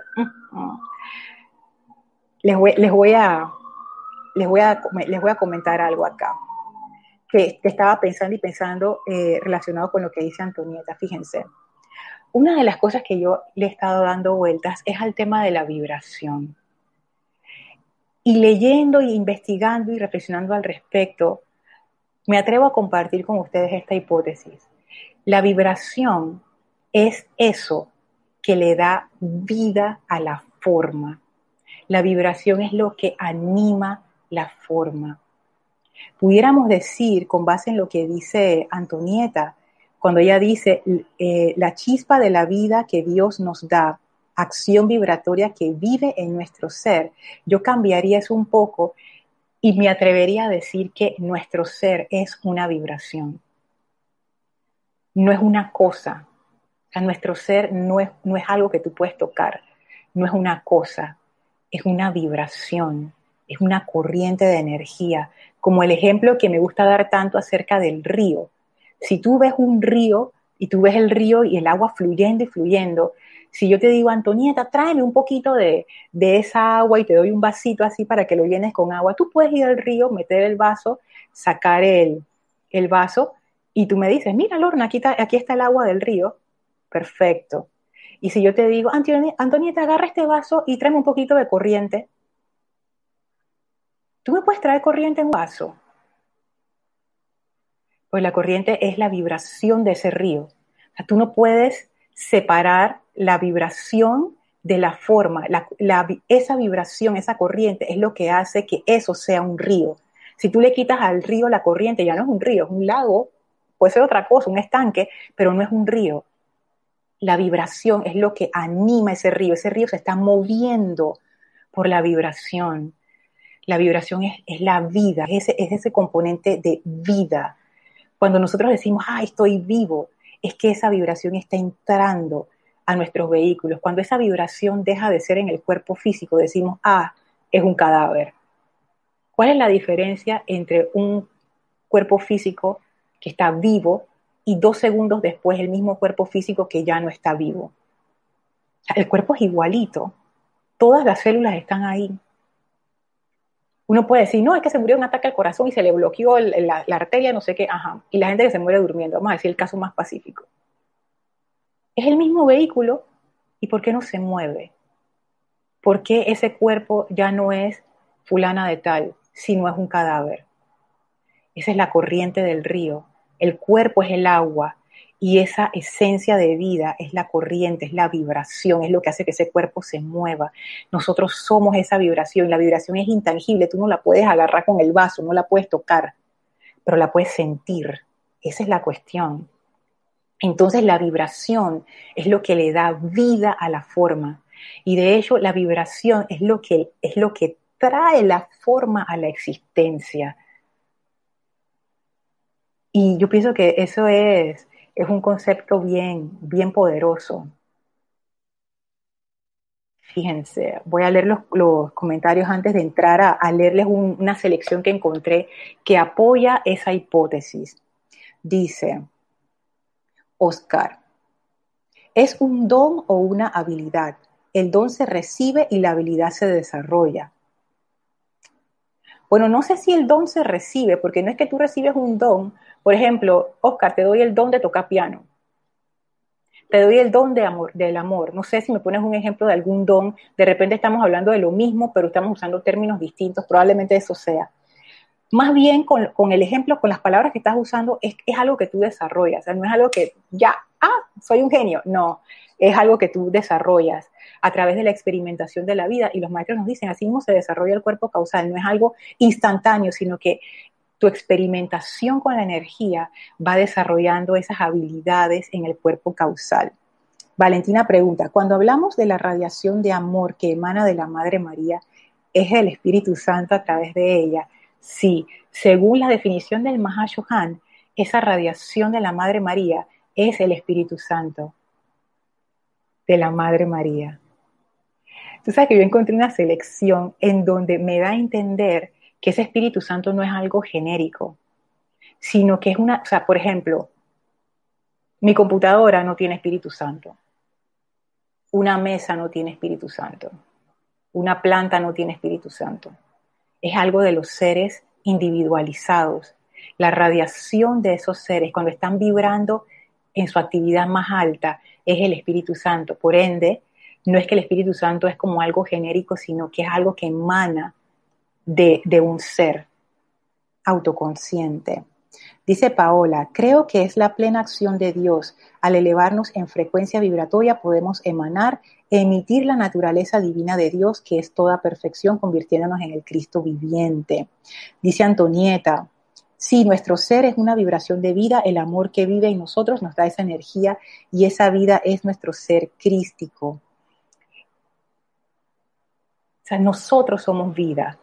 Les voy, les voy a, les voy a, les voy a comentar algo acá que, que estaba pensando y pensando eh, relacionado con lo que dice Antonieta. Fíjense, una de las cosas que yo le he estado dando vueltas es al tema de la vibración. Y leyendo e investigando y reflexionando al respecto, me atrevo a compartir con ustedes esta hipótesis. La vibración es eso que le da vida a la forma. La vibración es lo que anima la forma. Pudiéramos decir, con base en lo que dice Antonieta, cuando ella dice eh, la chispa de la vida que Dios nos da, acción vibratoria que vive en nuestro ser, yo cambiaría eso un poco y me atrevería a decir que nuestro ser es una vibración. No es una cosa. O sea, nuestro ser no es, no es algo que tú puedes tocar. No es una cosa. Es una vibración. Es una corriente de energía. Como el ejemplo que me gusta dar tanto acerca del río. Si tú ves un río y tú ves el río y el agua fluyendo y fluyendo, si yo te digo, Antonieta, tráeme un poquito de, de esa agua y te doy un vasito así para que lo llenes con agua, tú puedes ir al río, meter el vaso, sacar el, el vaso y tú me dices, mira, Lorna, aquí está, aquí está el agua del río. Perfecto. Y si yo te digo, Antonieta, agarra este vaso y tráeme un poquito de corriente, ¿tú me puedes traer corriente en un vaso? Pues la corriente es la vibración de ese río. O sea, tú no puedes separar la vibración de la forma. La, la, esa vibración, esa corriente es lo que hace que eso sea un río. Si tú le quitas al río la corriente, ya no es un río, es un lago, puede ser otra cosa, un estanque, pero no es un río. La vibración es lo que anima ese río. Ese río se está moviendo por la vibración. La vibración es, es la vida, es ese, es ese componente de vida. Cuando nosotros decimos, ah, estoy vivo, es que esa vibración está entrando a nuestros vehículos. Cuando esa vibración deja de ser en el cuerpo físico, decimos, ah, es un cadáver. ¿Cuál es la diferencia entre un cuerpo físico que está vivo y dos segundos después el mismo cuerpo físico que ya no está vivo? El cuerpo es igualito, todas las células están ahí. Uno puede decir, no, es que se murió de un ataque al corazón y se le bloqueó el, la, la arteria, no sé qué, ajá. Y la gente que se muere durmiendo, vamos a decir el caso más pacífico. Es el mismo vehículo, ¿y por qué no se mueve? ¿Por qué ese cuerpo ya no es fulana de tal, sino es un cadáver? Esa es la corriente del río. El cuerpo es el agua y esa esencia de vida es la corriente, es la vibración, es lo que hace que ese cuerpo se mueva. Nosotros somos esa vibración. La vibración es intangible, tú no la puedes agarrar con el vaso, no la puedes tocar, pero la puedes sentir. Esa es la cuestión. Entonces la vibración es lo que le da vida a la forma. Y de hecho la vibración es lo que, es lo que trae la forma a la existencia. Y yo pienso que eso es, es un concepto bien, bien poderoso. Fíjense, voy a leer los, los comentarios antes de entrar a, a leerles un, una selección que encontré que apoya esa hipótesis. Dice Oscar, ¿es un don o una habilidad? El don se recibe y la habilidad se desarrolla. Bueno, no sé si el don se recibe, porque no es que tú recibes un don. Por ejemplo, Oscar, te doy el don de tocar piano. Te doy el don de amor, del amor. No sé si me pones un ejemplo de algún don. De repente estamos hablando de lo mismo, pero estamos usando términos distintos. Probablemente eso sea. Más bien, con, con el ejemplo, con las palabras que estás usando, es, es algo que tú desarrollas. O sea, no es algo que ya, ah, soy un genio. No, es algo que tú desarrollas a través de la experimentación de la vida. Y los maestros nos dicen, así mismo se desarrolla el cuerpo causal. No es algo instantáneo, sino que tu experimentación con la energía va desarrollando esas habilidades en el cuerpo causal. Valentina pregunta, cuando hablamos de la radiación de amor que emana de la Madre María, ¿es el Espíritu Santo a través de ella? Sí, según la definición del Mahashohan, esa radiación de la Madre María es el Espíritu Santo de la Madre María. Tú sabes que yo encontré una selección en donde me da a entender que ese Espíritu Santo no es algo genérico, sino que es una, o sea, por ejemplo, mi computadora no tiene Espíritu Santo, una mesa no tiene Espíritu Santo, una planta no tiene Espíritu Santo. Es algo de los seres individualizados. La radiación de esos seres, cuando están vibrando en su actividad más alta, es el Espíritu Santo. Por ende, no es que el Espíritu Santo es como algo genérico, sino que es algo que emana de, de un ser autoconsciente. Dice Paola, creo que es la plena acción de Dios. Al elevarnos en frecuencia vibratoria podemos emanar, emitir la naturaleza divina de Dios, que es toda perfección, convirtiéndonos en el Cristo viviente. Dice Antonieta, sí, nuestro ser es una vibración de vida, el amor que vive en nosotros nos da esa energía y esa vida es nuestro ser crístico. O sea, nosotros somos vida.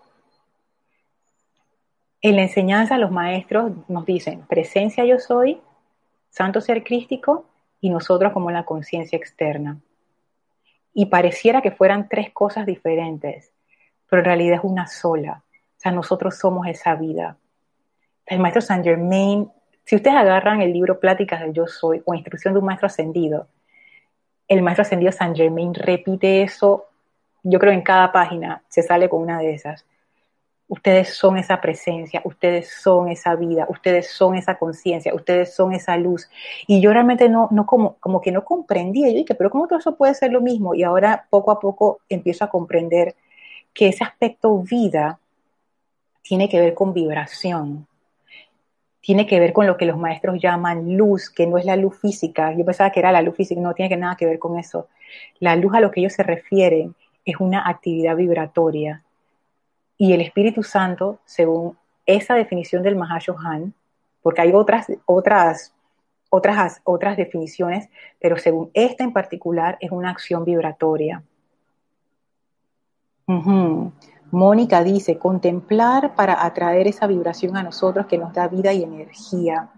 En la enseñanza los maestros nos dicen, presencia yo soy, santo ser crístico y nosotros como la conciencia externa. Y pareciera que fueran tres cosas diferentes, pero en realidad es una sola. O sea, nosotros somos esa vida. El maestro Saint Germain, si ustedes agarran el libro Pláticas del Yo Soy o Instrucción de un Maestro Ascendido, el maestro ascendido Saint Germain repite eso, yo creo en cada página se sale con una de esas. Ustedes son esa presencia, ustedes son esa vida, ustedes son esa conciencia, ustedes son esa luz. Y yo realmente no, no como, como que no comprendía. Yo dije, pero ¿cómo todo eso puede ser lo mismo? Y ahora poco a poco empiezo a comprender que ese aspecto vida tiene que ver con vibración, tiene que ver con lo que los maestros llaman luz, que no es la luz física. Yo pensaba que era la luz física, no tiene nada que ver con eso. La luz a lo que ellos se refieren es una actividad vibratoria. Y el Espíritu Santo, según esa definición del Mahashohan, porque hay otras, otras, otras, otras definiciones, pero según esta en particular es una acción vibratoria. Uh-huh. Mónica dice, contemplar para atraer esa vibración a nosotros que nos da vida y energía.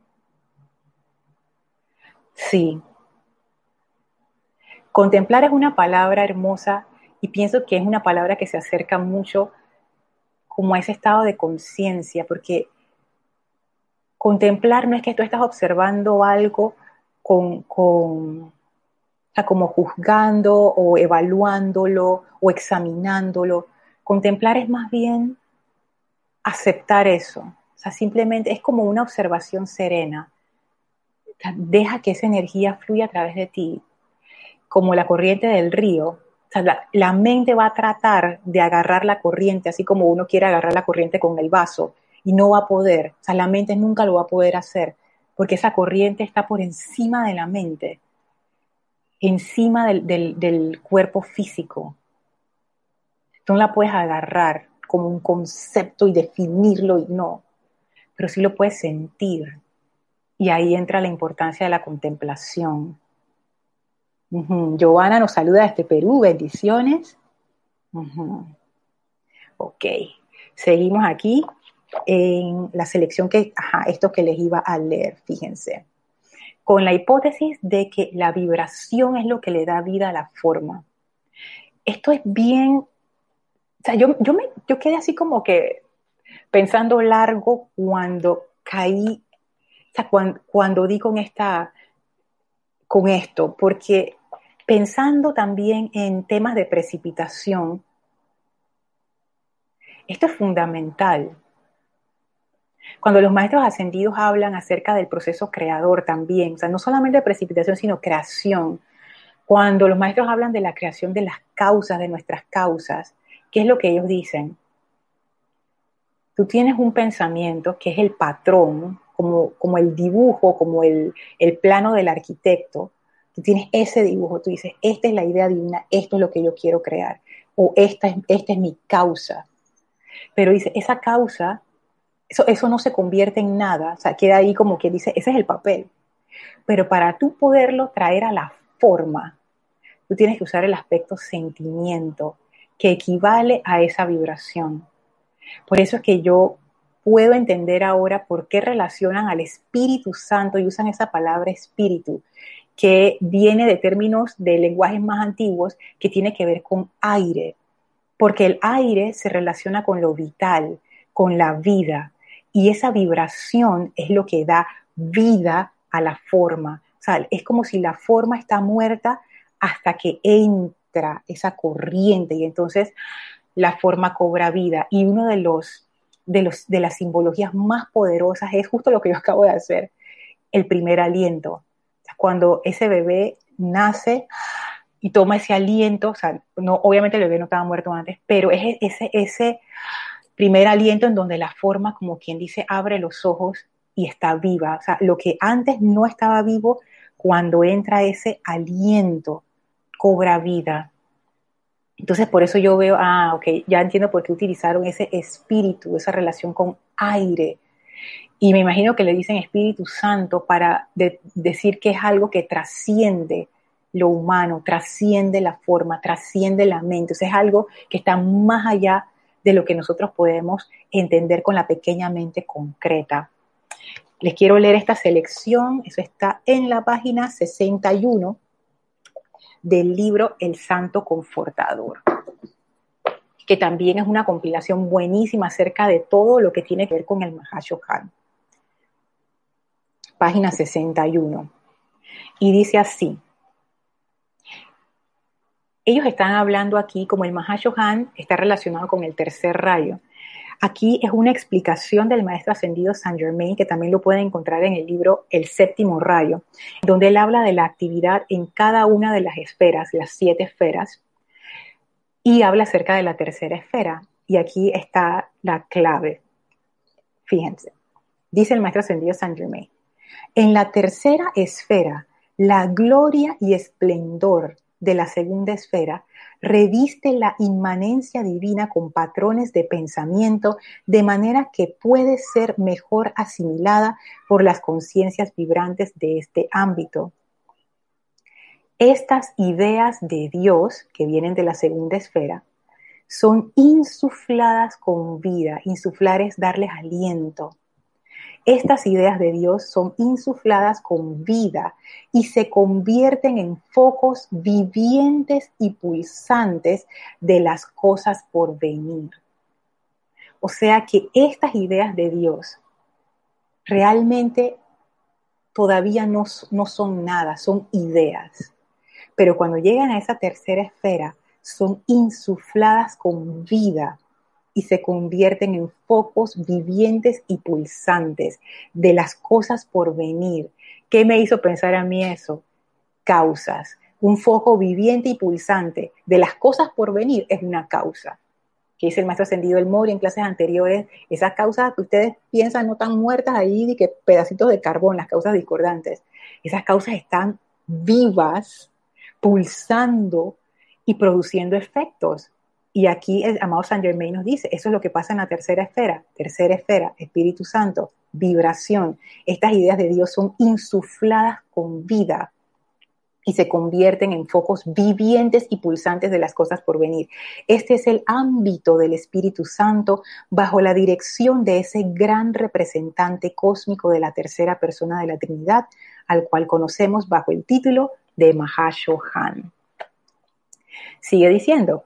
Sí. Contemplar es una palabra hermosa y pienso que es una palabra que se acerca mucho como a ese estado de conciencia, porque contemplar no es que tú estás observando algo con, con, o sea, como juzgando o evaluándolo o examinándolo. Contemplar es más bien aceptar eso. O sea, simplemente es como una observación serena. O sea, deja que esa energía fluya a través de ti, como la corriente del río. O sea, la, la mente va a tratar de agarrar la corriente, así como uno quiere agarrar la corriente con el vaso, y no va a poder. O sea, la mente nunca lo va a poder hacer, porque esa corriente está por encima de la mente, encima del, del, del cuerpo físico. Tú no la puedes agarrar como un concepto y definirlo, y no, pero sí lo puedes sentir. Y ahí entra la importancia de la contemplación. Uh-huh. Giovanna nos saluda desde Perú, bendiciones. Uh-huh. Ok, seguimos aquí en la selección que, ajá, esto que les iba a leer, fíjense. Con la hipótesis de que la vibración es lo que le da vida a la forma. Esto es bien, o sea, yo, yo, me, yo quedé así como que pensando largo cuando caí, o sea, cuando, cuando di con, esta, con esto, porque pensando también en temas de precipitación, esto es fundamental. Cuando los maestros ascendidos hablan acerca del proceso creador también, o sea, no solamente de precipitación, sino creación. Cuando los maestros hablan de la creación de las causas, de nuestras causas, ¿qué es lo que ellos dicen? Tú tienes un pensamiento que es el patrón, como, como el dibujo, como el, el plano del arquitecto. Tú tienes ese dibujo, tú dices, esta es la idea divina, esto es lo que yo quiero crear, o esta es, esta es mi causa. Pero dice, esa causa, eso, eso no se convierte en nada, o sea, queda ahí como que dice, ese es el papel. Pero para tú poderlo traer a la forma, tú tienes que usar el aspecto sentimiento, que equivale a esa vibración. Por eso es que yo puedo entender ahora por qué relacionan al Espíritu Santo y usan esa palabra espíritu, que viene de términos de lenguajes más antiguos, que tiene que ver con aire, porque el aire se relaciona con lo vital, con la vida, y esa vibración es lo que da vida a la forma. O sea, es como si la forma está muerta hasta que entra esa corriente y entonces la forma cobra vida. Y uno de los, de los de las simbologías más poderosas es justo lo que yo acabo de hacer, el primer aliento. O sea, cuando ese bebé nace y toma ese aliento, o sea, no, obviamente el bebé no estaba muerto antes, pero es ese, ese primer aliento en donde la forma, como quien dice, abre los ojos y está viva. O sea, lo que antes no estaba vivo, cuando entra ese aliento, cobra vida. Entonces, por eso yo veo, ah, ok, ya entiendo por qué utilizaron ese espíritu, esa relación con aire. Y me imagino que le dicen Espíritu Santo para de, decir que es algo que trasciende lo humano, trasciende la forma, trasciende la mente. O sea, es algo que está más allá de lo que nosotros podemos entender con la pequeña mente concreta. Les quiero leer esta selección, eso está en la página sesenta y uno del libro El Santo Confortador, que también es una compilación buenísima acerca de todo lo que tiene que ver con el Mahashohan. Página sesenta y uno. Y dice así, ellos están hablando aquí como el Mahashohan está relacionado con el tercer rayo. Aquí es una explicación del maestro ascendido Saint Germain, que también lo pueden encontrar en el libro El Séptimo Rayo, donde él habla de la actividad en cada una de las esferas, las siete esferas, y habla acerca de la tercera esfera. Y aquí está la clave. Fíjense. Dice el maestro ascendido Saint Germain. En la tercera esfera, la gloria y esplendor de la segunda esfera reviste la inmanencia divina con patrones de pensamiento de manera que puede ser mejor asimilada por las conciencias vibrantes de este ámbito. Estas ideas de Dios, que vienen de la segunda esfera, son insufladas con vida. Insuflar es darles aliento. Estas ideas de Dios son insufladas con vida y se convierten en focos vivientes y pulsantes de las cosas por venir. O sea que estas ideas de Dios realmente todavía no, no son nada, son ideas. Pero cuando llegan a esa tercera esfera, son insufladas con vida y se convierten en focos vivientes y pulsantes de las cosas por venir. ¿Qué me hizo pensar a mí eso? Causas. Un foco viviente y pulsante de las cosas por venir es una causa. Que dice el maestro ascendido El Moria en clases anteriores, esas causas que ustedes piensan no están muertas ahí, de que pedacitos de carbón, las causas discordantes. Esas causas están vivas, pulsando y produciendo efectos. Y aquí el amado Saint Germain nos dice, eso es lo que pasa en la tercera esfera. Tercera esfera, Espíritu Santo, vibración. Estas ideas de Dios son insufladas con vida y se convierten en focos vivientes y pulsantes de las cosas por venir. Este es el ámbito del Espíritu Santo bajo la dirección de ese gran representante cósmico de la tercera persona de la Trinidad, al cual conocemos bajo el título de Mahashohan. Sigue diciendo,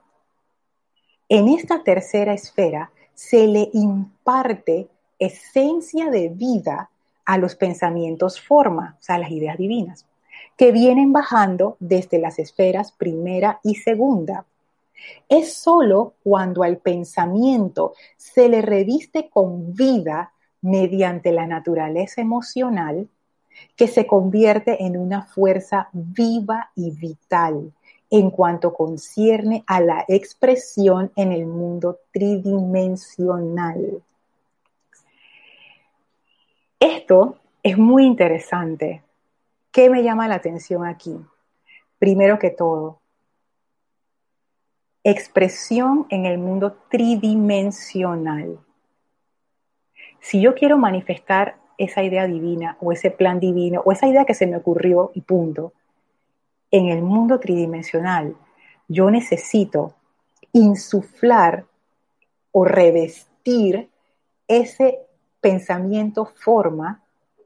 en esta tercera esfera se le imparte esencia de vida a los pensamientos forma, o sea, las ideas divinas, que vienen bajando desde las esferas primera y segunda. Es sólo cuando al pensamiento se le reviste con vida mediante la naturaleza emocional que se convierte en una fuerza viva y vital en cuanto concierne a la expresión en el mundo tridimensional. Esto es muy interesante. ¿Qué me llama la atención aquí? Primero que todo, expresión en el mundo tridimensional. Si yo quiero manifestar esa idea divina o ese plan divino o esa idea que se me ocurrió y punto, en el mundo tridimensional, yo necesito insuflar o revestir ese pensamiento forma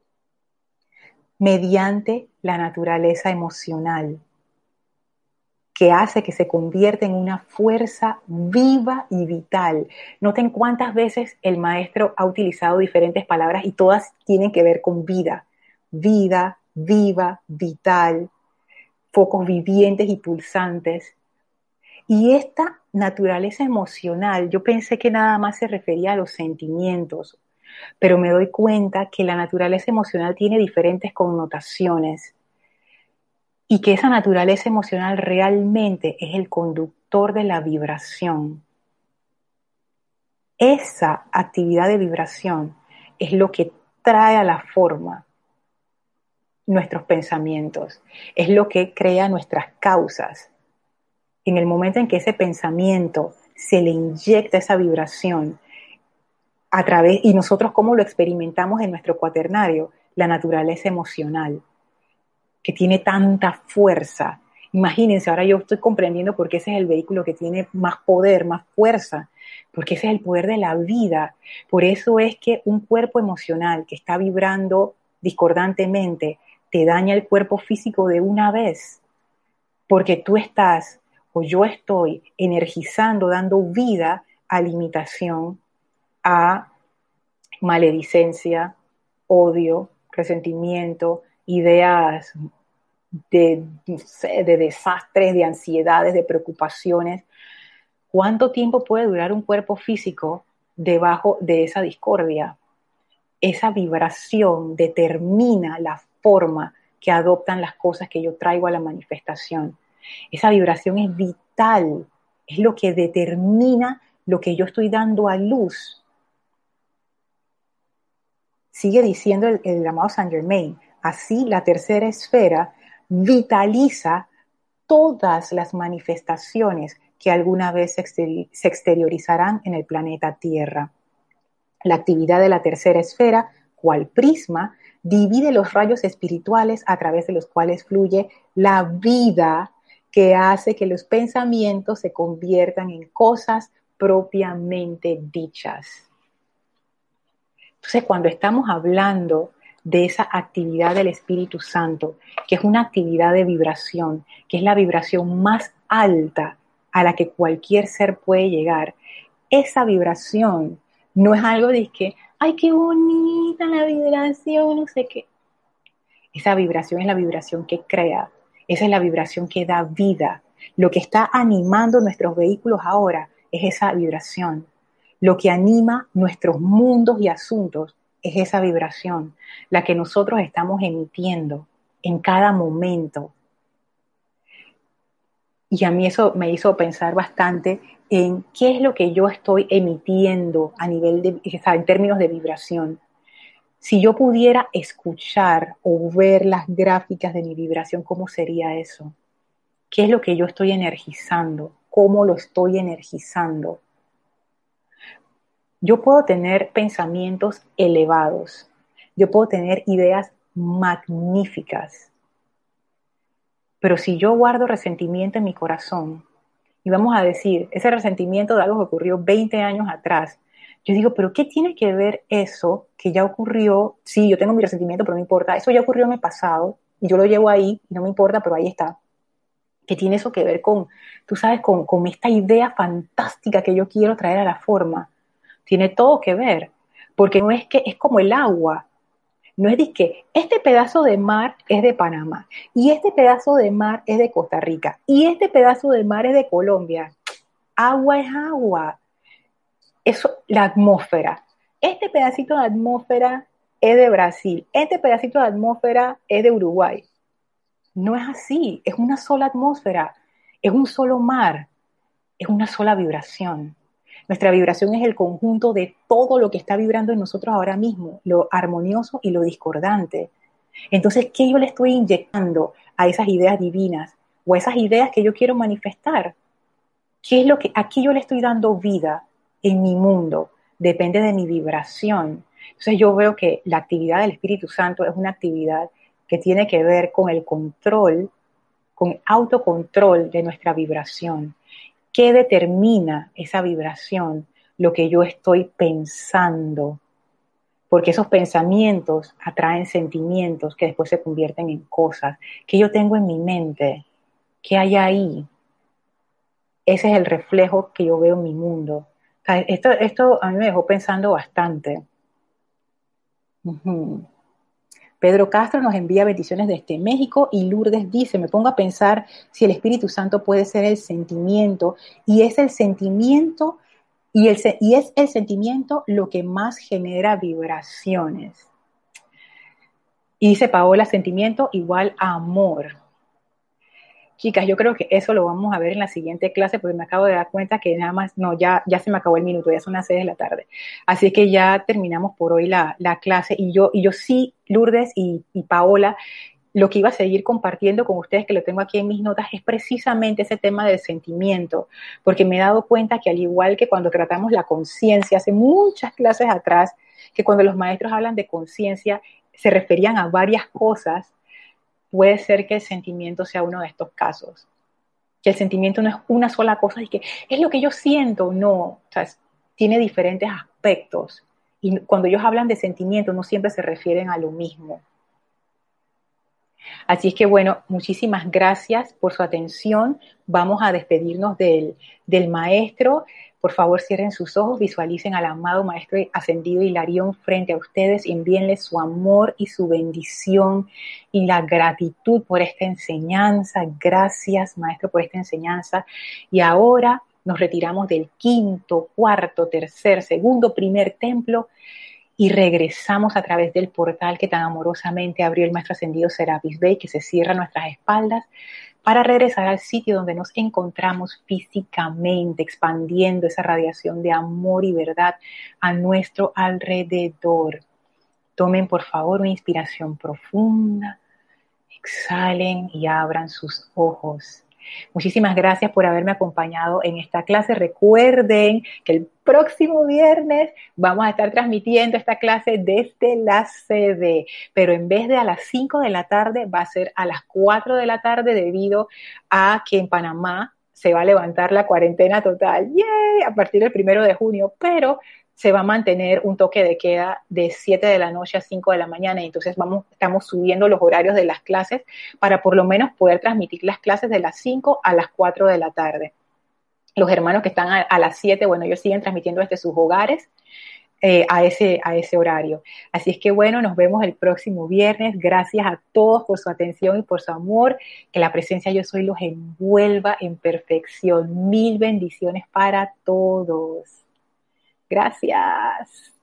mediante la naturaleza emocional, que hace que se convierta en una fuerza viva y vital. Noten cuántas veces el maestro ha utilizado diferentes palabras y todas tienen que ver con vida. Vida, viva, vital, focos vivientes y pulsantes. Y esta naturaleza emocional, yo pensé que nada más se refería a los sentimientos, pero me doy cuenta que la naturaleza emocional tiene diferentes connotaciones y que esa naturaleza emocional realmente es el conductor de la vibración. Esa actividad de vibración es lo que trae a la forma nuestros pensamientos, es lo que crea nuestras causas. En el momento en que ese pensamiento se le inyecta esa vibración a través, y nosotros cómo lo experimentamos en nuestro cuaternario, la naturaleza emocional, que tiene tanta fuerza. Imagínense, ahora yo estoy comprendiendo por qué ese es el vehículo que tiene más poder, más fuerza, porque ese es el poder de la vida. Por eso es que un cuerpo emocional que está vibrando discordantemente te daña el cuerpo físico de una vez, porque tú estás o yo estoy energizando, dando vida a limitación, a maledicencia, odio, resentimiento, ideas de, no sé, de desastres, de ansiedades, de preocupaciones. ¿Cuánto tiempo puede durar un cuerpo físico debajo de esa discordia? Esa vibración determina la forma que adoptan las cosas que yo traigo a la manifestación. Esa vibración es vital, es lo que determina lo que yo estoy dando a luz. Sigue diciendo el, el amado Saint Germain, así la tercera esfera vitaliza todas las manifestaciones que alguna vez se, exteri- se exteriorizarán en el planeta Tierra. La actividad de la tercera esfera, cual prisma, divide los rayos espirituales a través de los cuales fluye la vida que hace que los pensamientos se conviertan en cosas propiamente dichas. Entonces, cuando estamos hablando de esa actividad del Espíritu Santo, que es una actividad de vibración, que es la vibración más alta a la que cualquier ser puede llegar, esa vibración no es algo de que, ay, qué bonita la vibración, no sé qué. Esa vibración es la vibración que crea, esa es la vibración que da vida. Lo que está animando nuestros vehículos ahora es esa vibración. Lo que anima nuestros mundos y asuntos es esa vibración, la que nosotros estamos emitiendo en cada momento. Y a mí eso me hizo pensar bastante en qué es lo que yo estoy emitiendo a nivel de, o sea, en términos de vibración. Si yo pudiera escuchar o ver las gráficas de mi vibración, ¿cómo sería eso? ¿Qué es lo que yo estoy energizando? ¿Cómo lo estoy energizando? Yo puedo tener pensamientos elevados, yo puedo tener ideas magníficas, pero si yo guardo resentimiento en mi corazón, y vamos a decir, ese resentimiento de algo que ocurrió veinte años atrás, yo digo, pero ¿qué tiene que ver eso que ya ocurrió? Sí, yo tengo mi resentimiento, pero no importa, eso ya ocurrió en el pasado, y yo lo llevo ahí, y no me importa, pero ahí está. ¿Qué tiene eso que ver con, tú sabes, con, con esta idea fantástica que yo quiero traer a la forma? Tiene todo que ver, porque no es que es como el agua, no es de que este pedazo de mar es de Panamá y este pedazo de mar es de Costa Rica y este pedazo de mar es de Colombia. Agua es agua, eso, la atmósfera. Este pedacito de atmósfera es de Brasil, este pedacito de atmósfera es de Uruguay. No es así, es una sola atmósfera, es un solo mar, es una sola vibración. Nuestra vibración es el conjunto de todo lo que está vibrando en nosotros ahora mismo, lo armonioso y lo discordante. Entonces, ¿qué yo le estoy inyectando a esas ideas divinas o a esas ideas que yo quiero manifestar? ¿Qué es lo que aquí yo le estoy dando vida en mi mundo? Depende de mi vibración. Entonces, yo veo que la actividad del Espíritu Santo es una actividad que tiene que ver con el control, con el autocontrol de nuestra vibración. ¿Qué determina esa vibración? Lo que yo estoy pensando, porque esos pensamientos atraen sentimientos que después se convierten en cosas que yo tengo en mi mente. ¿Qué hay ahí? Ese es el reflejo que yo veo en mi mundo. O sea, esto, esto a mí me dejó pensando bastante. Uh-huh. Pedro Castro nos envía bendiciones desde México y Lourdes dice, me pongo a pensar si el Espíritu Santo puede ser el sentimiento y es el sentimiento y, el, y es el sentimiento lo que más genera vibraciones. Y dice Paola, sentimiento igual a amor. Chicas, yo creo que eso lo vamos a ver en la siguiente clase porque me acabo de dar cuenta que nada más, no, ya, ya se me acabó el minuto, ya son las seis de la tarde. Así que ya terminamos por hoy la, la clase y yo, y yo sí, Lourdes y, y Paola, lo que iba a seguir compartiendo con ustedes, que lo tengo aquí en mis notas, es precisamente ese tema del sentimiento, porque me he dado cuenta que al igual que cuando tratamos la conciencia, hace muchas clases atrás, que cuando los maestros hablan de conciencia, se referían a varias cosas, puede ser que el sentimiento sea uno de estos casos. Que el sentimiento no es una sola cosa y que es lo que yo siento, no. O sea, es, tiene diferentes aspectos. Y cuando ellos hablan de sentimiento, no siempre se refieren a lo mismo. Así es que bueno, muchísimas gracias por su atención. Vamos a despedirnos del, del maestro. Por favor, cierren sus ojos, visualicen al amado Maestro Ascendido Hilarión frente a ustedes y envíenle su amor y su bendición y la gratitud por esta enseñanza. Gracias, Maestro, por esta enseñanza. Y ahora nos retiramos del quinto, cuarto, tercer, segundo, primer templo y regresamos a través del portal que tan amorosamente abrió el Maestro Ascendido Serapis Bey, que se cierra a nuestras espaldas, para regresar al sitio donde nos encontramos físicamente, expandiendo esa radiación de amor y verdad a nuestro alrededor. Tomen por favor una inspiración profunda, exhalen y abran sus ojos. Muchísimas gracias por haberme acompañado en esta clase. Recuerden que el próximo viernes vamos a estar transmitiendo esta clase desde la sede, pero en vez de a las cinco de la tarde va a ser a las cuatro de la tarde debido a que en Panamá se va a levantar la cuarentena total, ¡yay!, a partir del primero de junio, pero se va a mantener un toque de queda de siete de la noche a cinco de la mañana. Y entonces vamos, estamos subiendo los horarios de las clases para por lo menos poder transmitir las clases de las cinco a las cuatro de la tarde. Los hermanos que están a, a las siete, bueno, ellos siguen transmitiendo desde sus hogares eh, a, ese, a ese horario. Así es que bueno, nos vemos el próximo viernes. Gracias a todos por su atención y por su amor. Que la presencia Yo Soy los envuelva en perfección. Mil bendiciones para todos. Gracias.